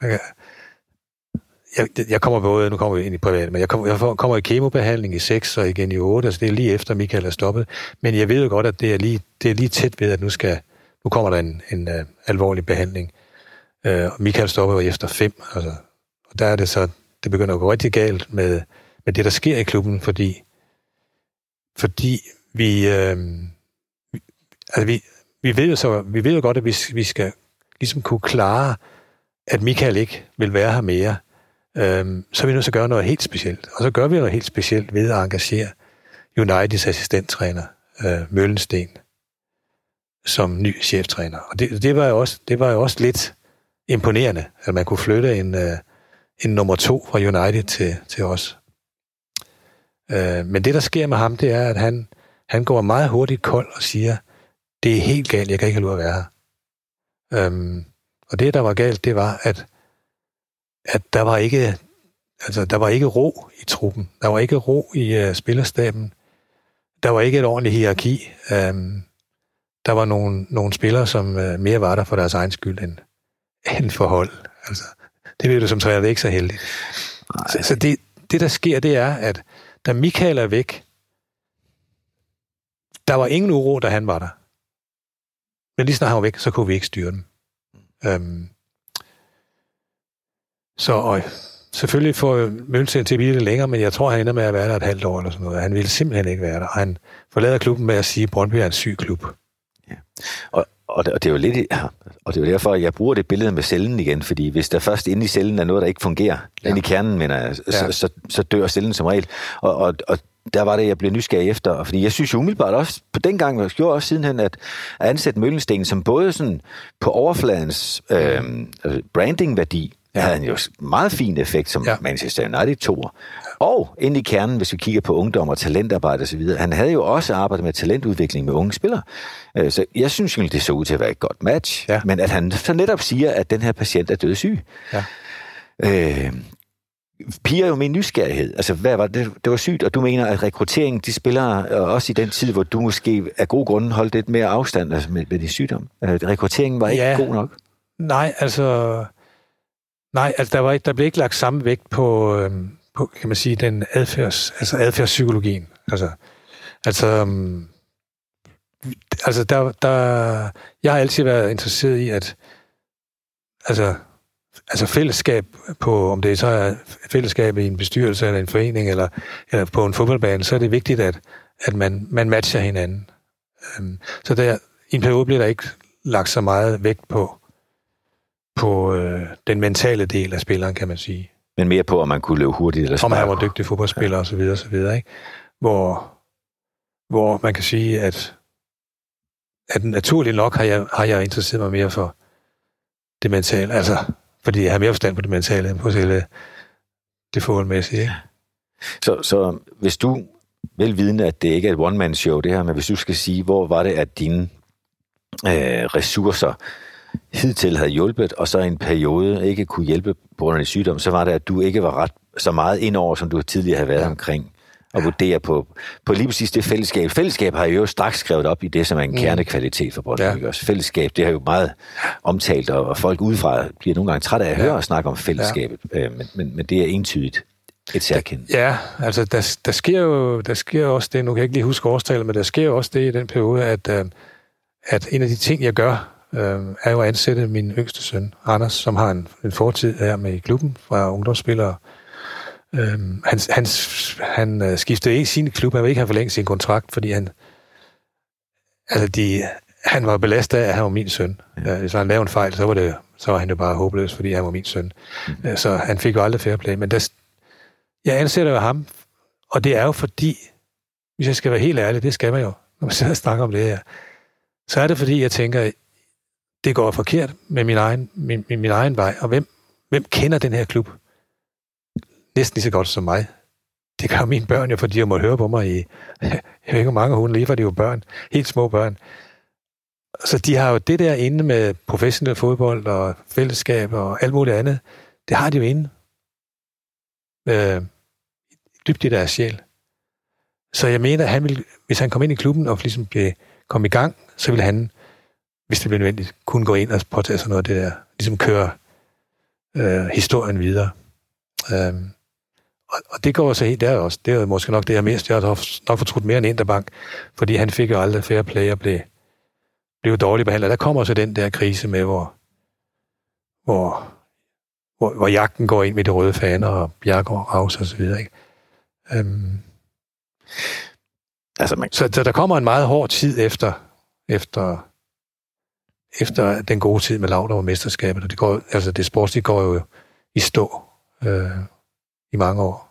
jeg kommer både, nu kommer vi ind i privat, men jeg kommer i kemobehandling i 6 og igen i 8, altså det er lige efter Michael er stoppet, men jeg ved jo godt, at det er lige tæt ved, at nu kommer der en alvorlig behandling. Michael stopper jo efter 5, altså, og der er det så, det begynder at gå rigtig galt med det, der sker i klubben, fordi vi ved jo godt, at vi skal ligesom kunne klare, at Michael ikke vil være her mere, så er vi nødt til at gøre noget helt specielt. Og så gør vi noget helt specielt ved at engagere Uniteds assistenttræner, Møllensten, som ny cheftræner. Og det var jo også lidt imponerende, at man kunne flytte en nummer 2 fra United til os. Men det, der sker med ham, det er, at han går meget hurtigt kold og siger, det er helt galt, jeg kan ikke have lov at være her. Og det, der var galt, det var, at der var ikke ro i truppen. Der var ikke ro i spillerstaben. Der var ikke et ordentligt hierarki. Der var nogle spillere, som mere var der for deres egen skyld end forhold. Altså, det ved du som træner, det er ikke så heldigt. Så det, der sker, det er, at da Michael er væk, der var ingen uro, da han var der. Men lige snart han var væk, så kunne vi ikke styre dem. Så selvfølgelig får Møllensten til at blive lidt længere, men jeg tror, han ender med at være der et halvt år eller sådan noget. Han ville simpelthen ikke være der. Han forlader klubben med at sige, at Brøndby er en syg klub. Ja. Og det er jo lidt, og det er jo derfor, at jeg bruger det billede med cellen igen, fordi hvis der først inde i cellen er noget, der ikke fungerer, inde i kernen, mener jeg, så dør cellen som regel. Og der var det, jeg blev nysgerrig efter, fordi jeg synes jo umiddelbart også, på den gang, jeg gjorde også sidenhen, at ansætte Møllensten som både sådan på overfladens brandingværdi, havde han jo meget fin effekt som Manchester United-toer. Og inde i kernen, hvis vi kigger på ungdom og talentarbejde og så videre, han havde jo også arbejdet med talentudvikling med unge spillere. Så jeg synes jo, det så ud til at være et godt match. Ja. Men at han så netop siger, at den her patient er dødssyg, piger jo min nysgerrighed. Altså, hvad var det? Det var sygt, og du mener, at rekrutteringen, de spillere også i den tid, hvor du måske af gode grunde holdt lidt mere afstand altså med din sygdom. Rekrutteringen var ikke god nok? Nej, altså der blev ikke lagt samme vægt på kan man sige, den adfærdspsykologien. Jeg har altid været interesseret i, at fællesskab på, om det så er fællesskab i en bestyrelse eller en forening eller på en fodboldbane, så er det vigtigt, at man matcher hinanden. Så der, i en periode bliver der ikke lagt så meget vægt på den mentale del af spilleren, kan man sige. Men mere på, om man kunne løbe hurtigt eller smart. Om han var dygtig fodboldspiller og så videre, ikke? Hvor man kan sige, at naturligt nok har jeg interesseret mig mere for det mentale, altså fordi jeg har mere forstand på det mentale end på selve det fodboldmæssige, ikke? Så hvis du velvidende, at det ikke er et one-man-show det her, men hvis du skal sige, hvor var det, at dine ressourcer hidtil havde hjulpet, og så i en periode ikke kunne hjælpe på grund af sygdom, så var det, at du ikke var ret så meget indover, som du tidligere havde været omkring, og vurdere på lige præcis det fællesskab. Fællesskab har jo straks skrevet op i det, som er en kernekvalitet for Brøndby. Fællesskab, det har jo meget omtalt, og folk udefra bliver nogle gange trætte af at høre og snakke om fællesskabet, men det er entydigt et særkendt. Ja, altså der sker jo også det, nu kan jeg ikke lige huske årstallet, men der sker jo også det i den periode, at en af de ting, jeg gør, er jo at ansætte min yngste søn, Anders, som har en fortid her med i klubben fra ungdomsspillere. Han skiftede ikke sin klub, han ville ikke have forlænget sin kontrakt, fordi han var belastet af, at han var min søn. Hvis han lavede en fejl, så var han jo bare håbløs, fordi han var min søn. Så han fik jo aldrig fair play. Men jeg ansætter jo ham, og det er jo fordi, hvis jeg skal være helt ærlig, det skal man jo, når man sidder og snakker om det her, så er det fordi, jeg tænker, det går forkert med min egen vej, og hvem kender den her klub næsten lige så godt som mig? det gør mine børn jo, fordi de må høre på mig i, jeg ved ikke hvor mange hunde, lige for de er jo børn, helt små børn. Så de har jo det der inde med professionel fodbold og fællesskab og alt muligt andet, det har de jo inde. Dybt i deres sjæl. Så jeg mener, at han ville, hvis han kom ind i klubben og ligesom kom i gang, så ville han, hvis det blev nødvendigt, kunne gå ind og påtage sig noget af det der, ligesom køre historien videre. Og det går så helt der også. Det er måske nok det, jeg mest. Jeg har nok fortrudt mere end Interbank, fordi han fik jo aldrig fair play og blev jo dårligt behandlet. Der kommer så den der krise med, hvor jagten går ind med de røde faner og Bjergård, Raus og så videre. Ikke? Så der kommer en meget hård tid efter den gode tid med Lauter og mesterskabet. Og det sportslige går jo i stå i mange år.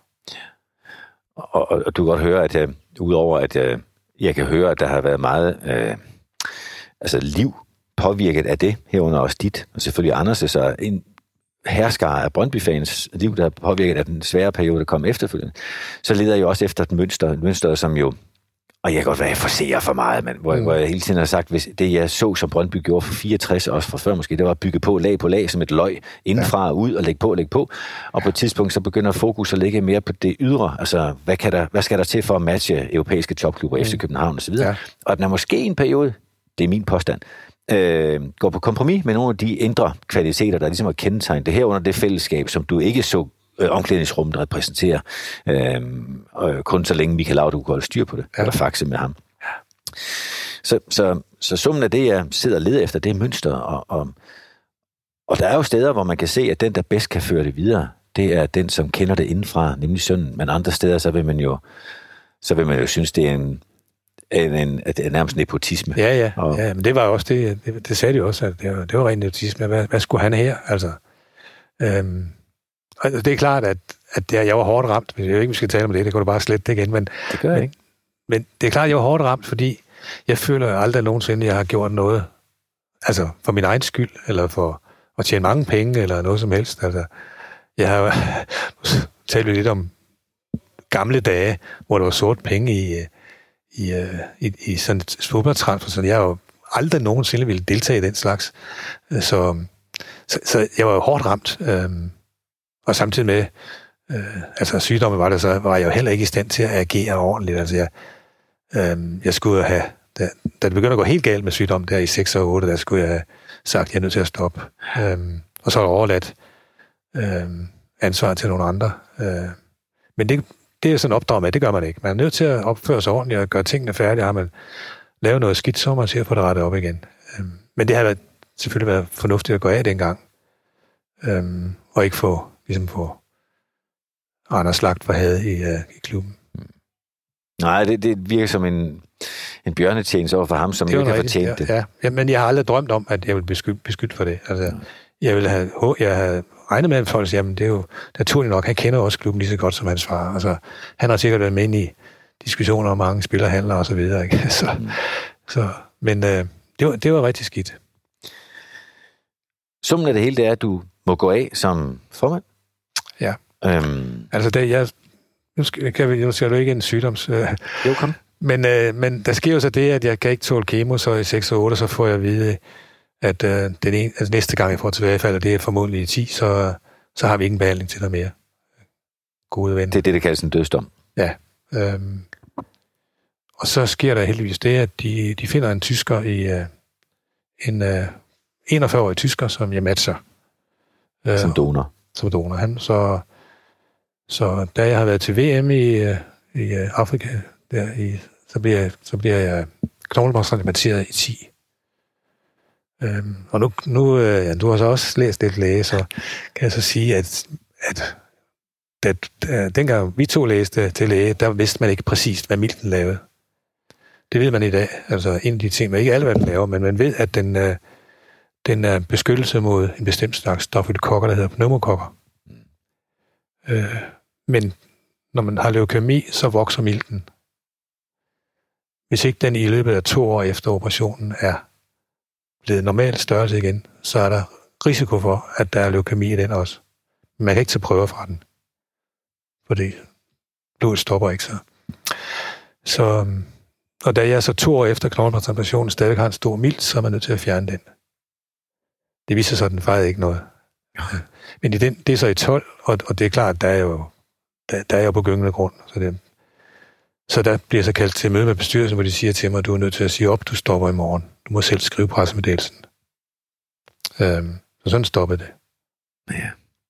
Og du kan godt høre, at udover at jeg kan høre, at der har været meget liv påvirket af det, herunder også dit, og selvfølgelig Anders, så en herskare af Brøndby-fans liv, der har påvirket af den svære periode, der kom efterfølgende, så leder jeg også efter et mønster, som jo, og jeg kan godt være, jeg forser for meget, men hvor jeg hele tiden har sagt, hvis det jeg så, som Brøndby gjorde for 64, også fra før måske, det var at bygge på lag som et løg, indenfra og ud, og lægge på, og på et tidspunkt så begynder fokus at ligge mere på det ydre, altså hvad skal der til for at matche europæiske topklubber, FC København osv., og at der måske en periode, det er min påstand, går på kompromis med nogle af de indre kvaliteter, der ligesom har kendetegnet det her under det fællesskab, som du ikke så omklædningsrummet repræsenterer, kun så længe Michael Laudrup kunne holde styr på det, eller faxe med ham. Så summen af det, jeg sidder og leder efter, det er mønster, og der er jo steder, hvor man kan se, at den, der bedst kan føre det videre, det er den, som kender det indenfra, nemlig sønnen, men andre steder, så vil man jo synes, det er at det er nærmest nepotisme. Ja, men det var også det sagde de også, at det var rent nepotisme. Hvad skulle han her? Altså, og det er klart, at jeg var hårdt ramt, men jeg ved ikke, vi skal tale om det, det går du bare slet igen, men det gør jeg ikke. Men det er klart, at jeg var hårdt ramt, fordi jeg føler aldrig nogensinde, jeg har gjort noget, altså for min egen skyld, eller for at tjene mange penge, eller noget som helst. Altså, jeg har talt lidt om gamle dage, hvor der var sort penge i sådan et fodboldtransfer, så jeg har jo aldrig nogensinde ville deltage i den slags. Så jeg var jo hårdt ramt, og samtidig med sygdommen var jeg jo heller ikke i stand til at agere ordentligt. Altså jeg skulle have, da det begyndte at gå helt galt med sygdommen der i 6 og 8, der skulle jeg have sagt, at jeg er nødt til at stoppe. Og så er der overladt ansvar til nogle andre. Men det er sådan en opdrag med, det gør man ikke. Man er nødt til at opføre sig ordentligt og gøre tingene færdige. Har man lavet noget skidt, så man til at få det rettet op igen. Men det har selvfølgelig været fornuftigt at gå af dengang. Og ikke få Anders Slagt for had i klubben. Nej, det virker som en bjørnetjeneste over for ham, som ikke har fortjent det. Ja, men jeg har aldrig drømt om, at jeg ville beskyldt for det. Altså, jeg havde regnet med, at folk siger, jamen det er jo naturligt nok, han kender også klubben lige så godt som hans far. Altså, han har sikkert været med i diskussioner om mange spillerhandler og så videre. Ikke? Men det var rigtig skidt. Summen af det hele, det er, at du må gå af som formand? Ja. Nu skal du ikke en sygdoms... Jo, kom. Men der sker jo så det, at jeg kan ikke tåle kemo, så i 6 og 8, så får jeg at vide, at næste gang jeg får tilbagefald, og det er formodentlig i 10, så har vi ikke en behandling til dig mere. Gode ven. Det er det, der kaldes en dødsdom. Ja. Og så sker der heldigvis det, at de finder en tysker en 41-årig tysker, som jeg matcher. Som donor. Som donor. Så da jeg har været til VM i Afrika, så bliver jeg knoglebåndstransplantet i 10. Og nu du har så også læst lidt læge, så kan jeg så sige, at dengang vi to læste til læge, der vidste man ikke præcist, hvad milten lavede. Det ved man i dag. Altså en af de ting, man ikke alle hvad den laver, men man ved, at den er beskyttelse mod en bestemt slags stoffelkokker, der hedder pneumokokker. Men når man har leukæmi, så vokser milten. Hvis ikke den i løbet af 2 år efter operationen er blevet normal størrelse igen, så er der risiko for, at der er leukæmi i den også. Man kan ikke tage prøver fra den. Fordi blodet stopper ikke så. Og da jeg så 2 år efter knoglebåndsamputationen stadig har en stor mild, så er man nødt til at fjerne den. Det viser sig, at den fejrede ikke noget. Men det er så i 12, og det er klart, der er jo på gyngende grund. Så der bliver så kaldt til møde med bestyrelsen, hvor de siger til mig, at du er nødt til at sige op, du stopper i morgen. Du må selv skrive pressemeddelelsen. Så sådan stoppede det. Ja.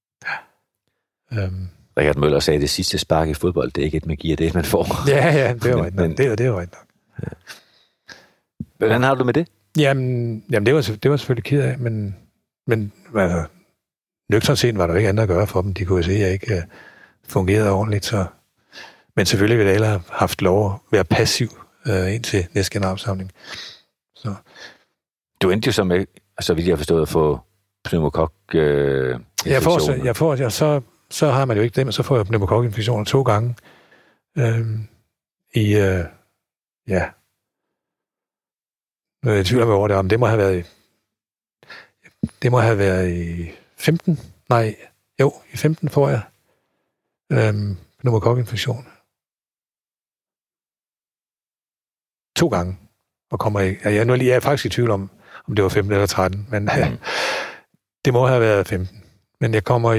Richard Møller sagde, at det sidste spark i fodbold, det er ikke et magi, det er et, man får. Ja, det var rigtigt nok. Det er rigtigt nok. Ja. Hvordan har du med det? Jamen det var selvfølgelig ked af, men altså, nøgternt set var der ikke andet at gøre for dem. De kunne jo se, at jeg ikke fungerede ordentligt. Så. Men selvfølgelig ville alle have haft lov at være passiv indtil næste generalforsamling. Så. Du endte jo så med, så vidt jeg har forstået, at få pneumokok-infektioner. Så har man jo ikke det, men så får jeg pneumokok-infektioner 2 gange. Nu er jeg i tvivl om, hvor det er, men det må have været i 15. Nej, jo, i 15 får jeg pneumokok-infektion. 2 gange. Og kommer ikke. Jeg er faktisk i tvivl om det var 15 eller 13, men det må have været 15. Men jeg kommer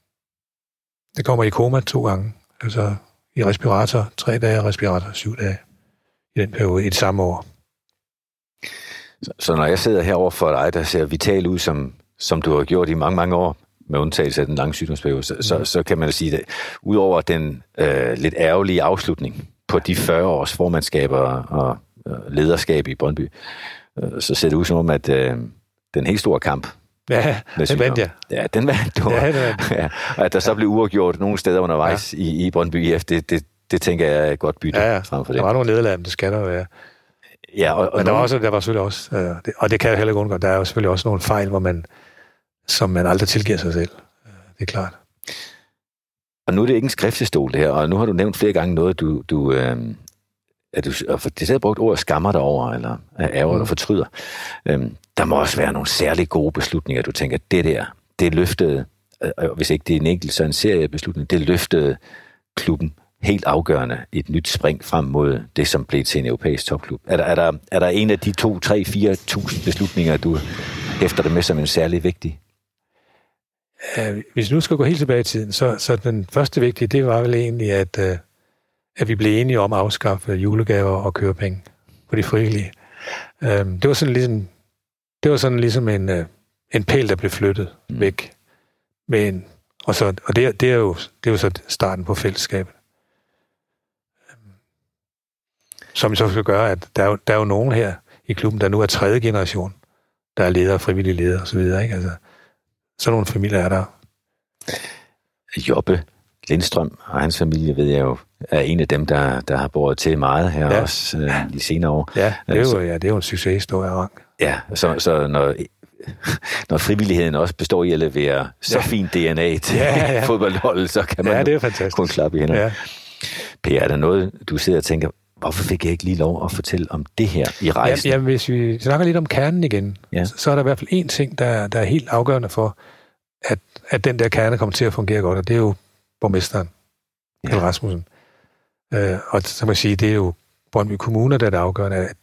i koma 2 gange. Altså i respirator 3 dage, og respirator 7 dage. I den periode, i det samme år. Så når jeg sidder herovre for dig, der ser vital ud, som du har gjort i mange, mange år, med undtagelse af den lange sygdomsperiode, så kan man sige, at udover den lidt ærgerlige afslutning på de 40 års formandskaber og lederskab i Brøndby, så ser det ud som om, at den helt store kamp... Ja, den vandt jeg. Ja, den vandt du. Ja, og at der så blev uafgjort nogle steder undervejs i Brøndby IF, det tænker jeg er et godt bytte frem for det. Der var nogle nederlag, men det skal der være. Ja, men der var selvfølgelig også, og det kan jeg heller ikke undgå, der er jo selvfølgelig også nogle fejl, som man aldrig tilgiver sig selv. Det er klart. Og nu er det ikke en skriftestol det her, og nu har du nævnt flere gange noget, du det har brugt ordet skammer dig over, eller ærger eller fortryder. Der må også være nogle særlig gode beslutninger, du tænker, det løftede, hvis ikke det er en enkelt, så en serie beslutning, det løftede klubben helt afgørende i et nyt spring frem mod det, som blev til en europæisk topklub. Er der en af de 2, 3, 4.000 beslutninger, du hæfter dig med som en særlig vigtig? Hvis nu skal gå helt tilbage i tiden, så den første vigtige, det var vel egentlig, at vi blev enige om at afskaffe julegaver og kørepenge på de frivillige. Det var sådan ligesom en pæl, der blev flyttet væk. Og det er jo så starten på fællesskabet. Som så skal gøre, at der er jo nogen her i klubben, der nu er 3. generation, der er ledere, frivillige ledere osv. Altså, sådan nogle familier er der. Jobbe Lindstrøm og hans familie, ved jeg jo, er en af dem, der har båret til meget her også de senere år. Ja, det er jo en succeshistorie af rang. Ja, så når frivilligheden også består i at levere så fint DNA til fodboldholdet, så kan man kun klappe i hænderne. Ja. Per, er der noget, du sidder og tænker, hvorfor fik jeg ikke lige lov at fortælle om det her i rejsen? Jamen, hvis vi snakker lidt om kernen igen, så er der i hvert fald en ting, der er helt afgørende for, at den der kerne kommer til at fungere godt, og det er jo borgmesteren, Kjeld Rasmussen. Og så kan man sige, det er jo Brøndby Kommune, der er det afgørende, at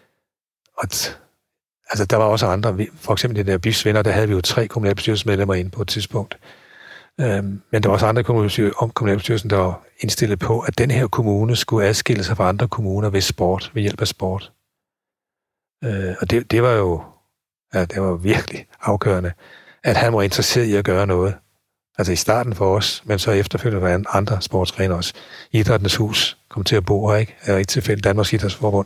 altså, der var også andre, for eksempel det der BIFs venner, der havde vi jo 3 kommunalbestyrelsesmedlemmer inde på et tidspunkt. Men der var også andre kommunalbestyrelsen, der var indstillet på, at den her kommune skulle adskille sig fra andre kommuner ved hjælp af sport. Og det var jo det var virkelig afgørende, at han var interesseret i at gøre noget. Altså i starten for os, men så efterfølgende var andre sportsgrene også. Idrættens Hus kom til at bo her, ikke? Ikke tilfældigt, Danmarks Idrætsforbund.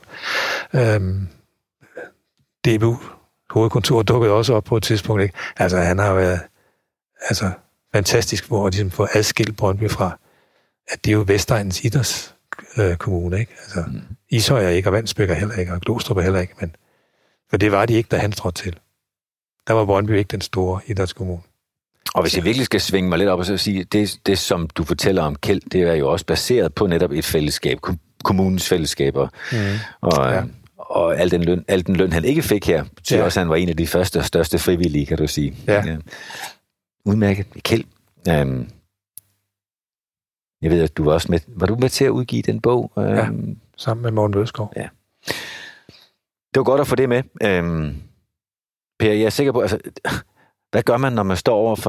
DBU, hovedkontor, dukkede også op på et tidspunkt, ikke? Altså han har været fantastisk, hvor de får adskilt Brøndby fra, at det er jo Vestegnens idrætskommune, ikke? Altså Ishøj er ikke, og Vandsbæk er heller ikke, og Glostrup er heller ikke, men for det var de ikke, da han trådte til. Der var Brøndby ikke den store idrætskommune. Og hvis jeg virkelig skal svinge mig lidt op og så sige, det som du fortæller om Kjeld, det er jo også baseret på netop et fællesskab, kommunens fællesskaber. Og al den løn, han ikke fik her, betyder også, at han var en af de første og største frivillige, kan du sige. Ja. Udmærket. Kjeld, Jeg ved, at du var også med. Var du med til at udgive den bog? Ja, sammen med Morten Bødskov. Ja. Det var godt at få det med. Per, jeg er sikker på, altså, hvad gør man, når man står over for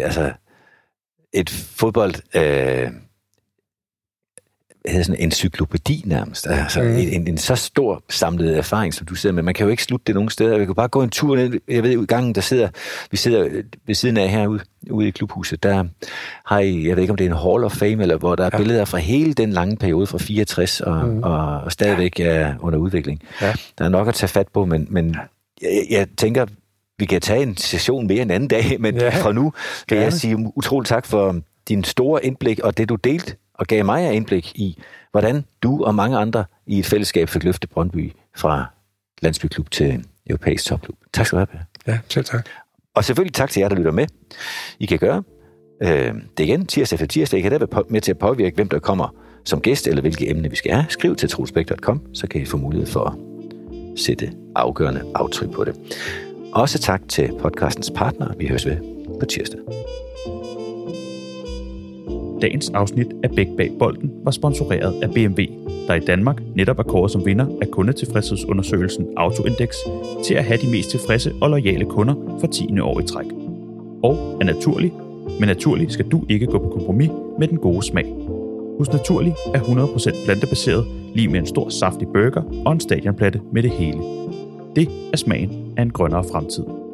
et fodbold... sådan en encyklopædi nærmest. Altså en så stor samlet erfaring, som du sidder med. Man kan jo ikke slutte det nogen steder. Vi kan bare gå en tur ned. Jeg ved, i gangen, vi sidder ved siden af herude ude i klubhuset, der har I, jeg ved ikke, om det er en Hall of Fame, eller hvor der er billeder fra hele den lange periode fra 64 og stadigvæk er under udvikling. Ja. Der er nok at tage fat på, men jeg tænker, vi kan tage en session mere en anden dag, men fra nu kan jeg sige utroligt tak for din store indblik, og det du delte og gav mig af indblik i, hvordan du og mange andre i et fællesskab fik løftet Brøndby fra landsbyklub til europæisk topklub. Tak skal du have, Per. Ja, selv tak. Og selvfølgelig tak til jer, der lytter med. I kan gøre det igen tirsdag efter tirsdag. I kan da være med til at påvirke, hvem der kommer som gæst, eller hvilke emne vi skal have. Skriv til troelsbæk.com, så kan I få mulighed for at sætte afgørende aftryk på det. Også tak til podcastens partner. Vi høres ved på tirsdag. Dagens afsnit af Bæk bag bolden var sponsoreret af BMW, der i Danmark netop er kåret som vinder af kundetilfredshedsundersøgelsen Autoindex til at have de mest tilfredse og loyale kunder for 10. år i træk. Og er naturlig, men naturlig skal du ikke gå på kompromis med den gode smag. Husk Naturlig er 100% plantebaseret, lige med en stor saftig burger og en stadionplatte med det hele. Det er smagen af en grønnere fremtid.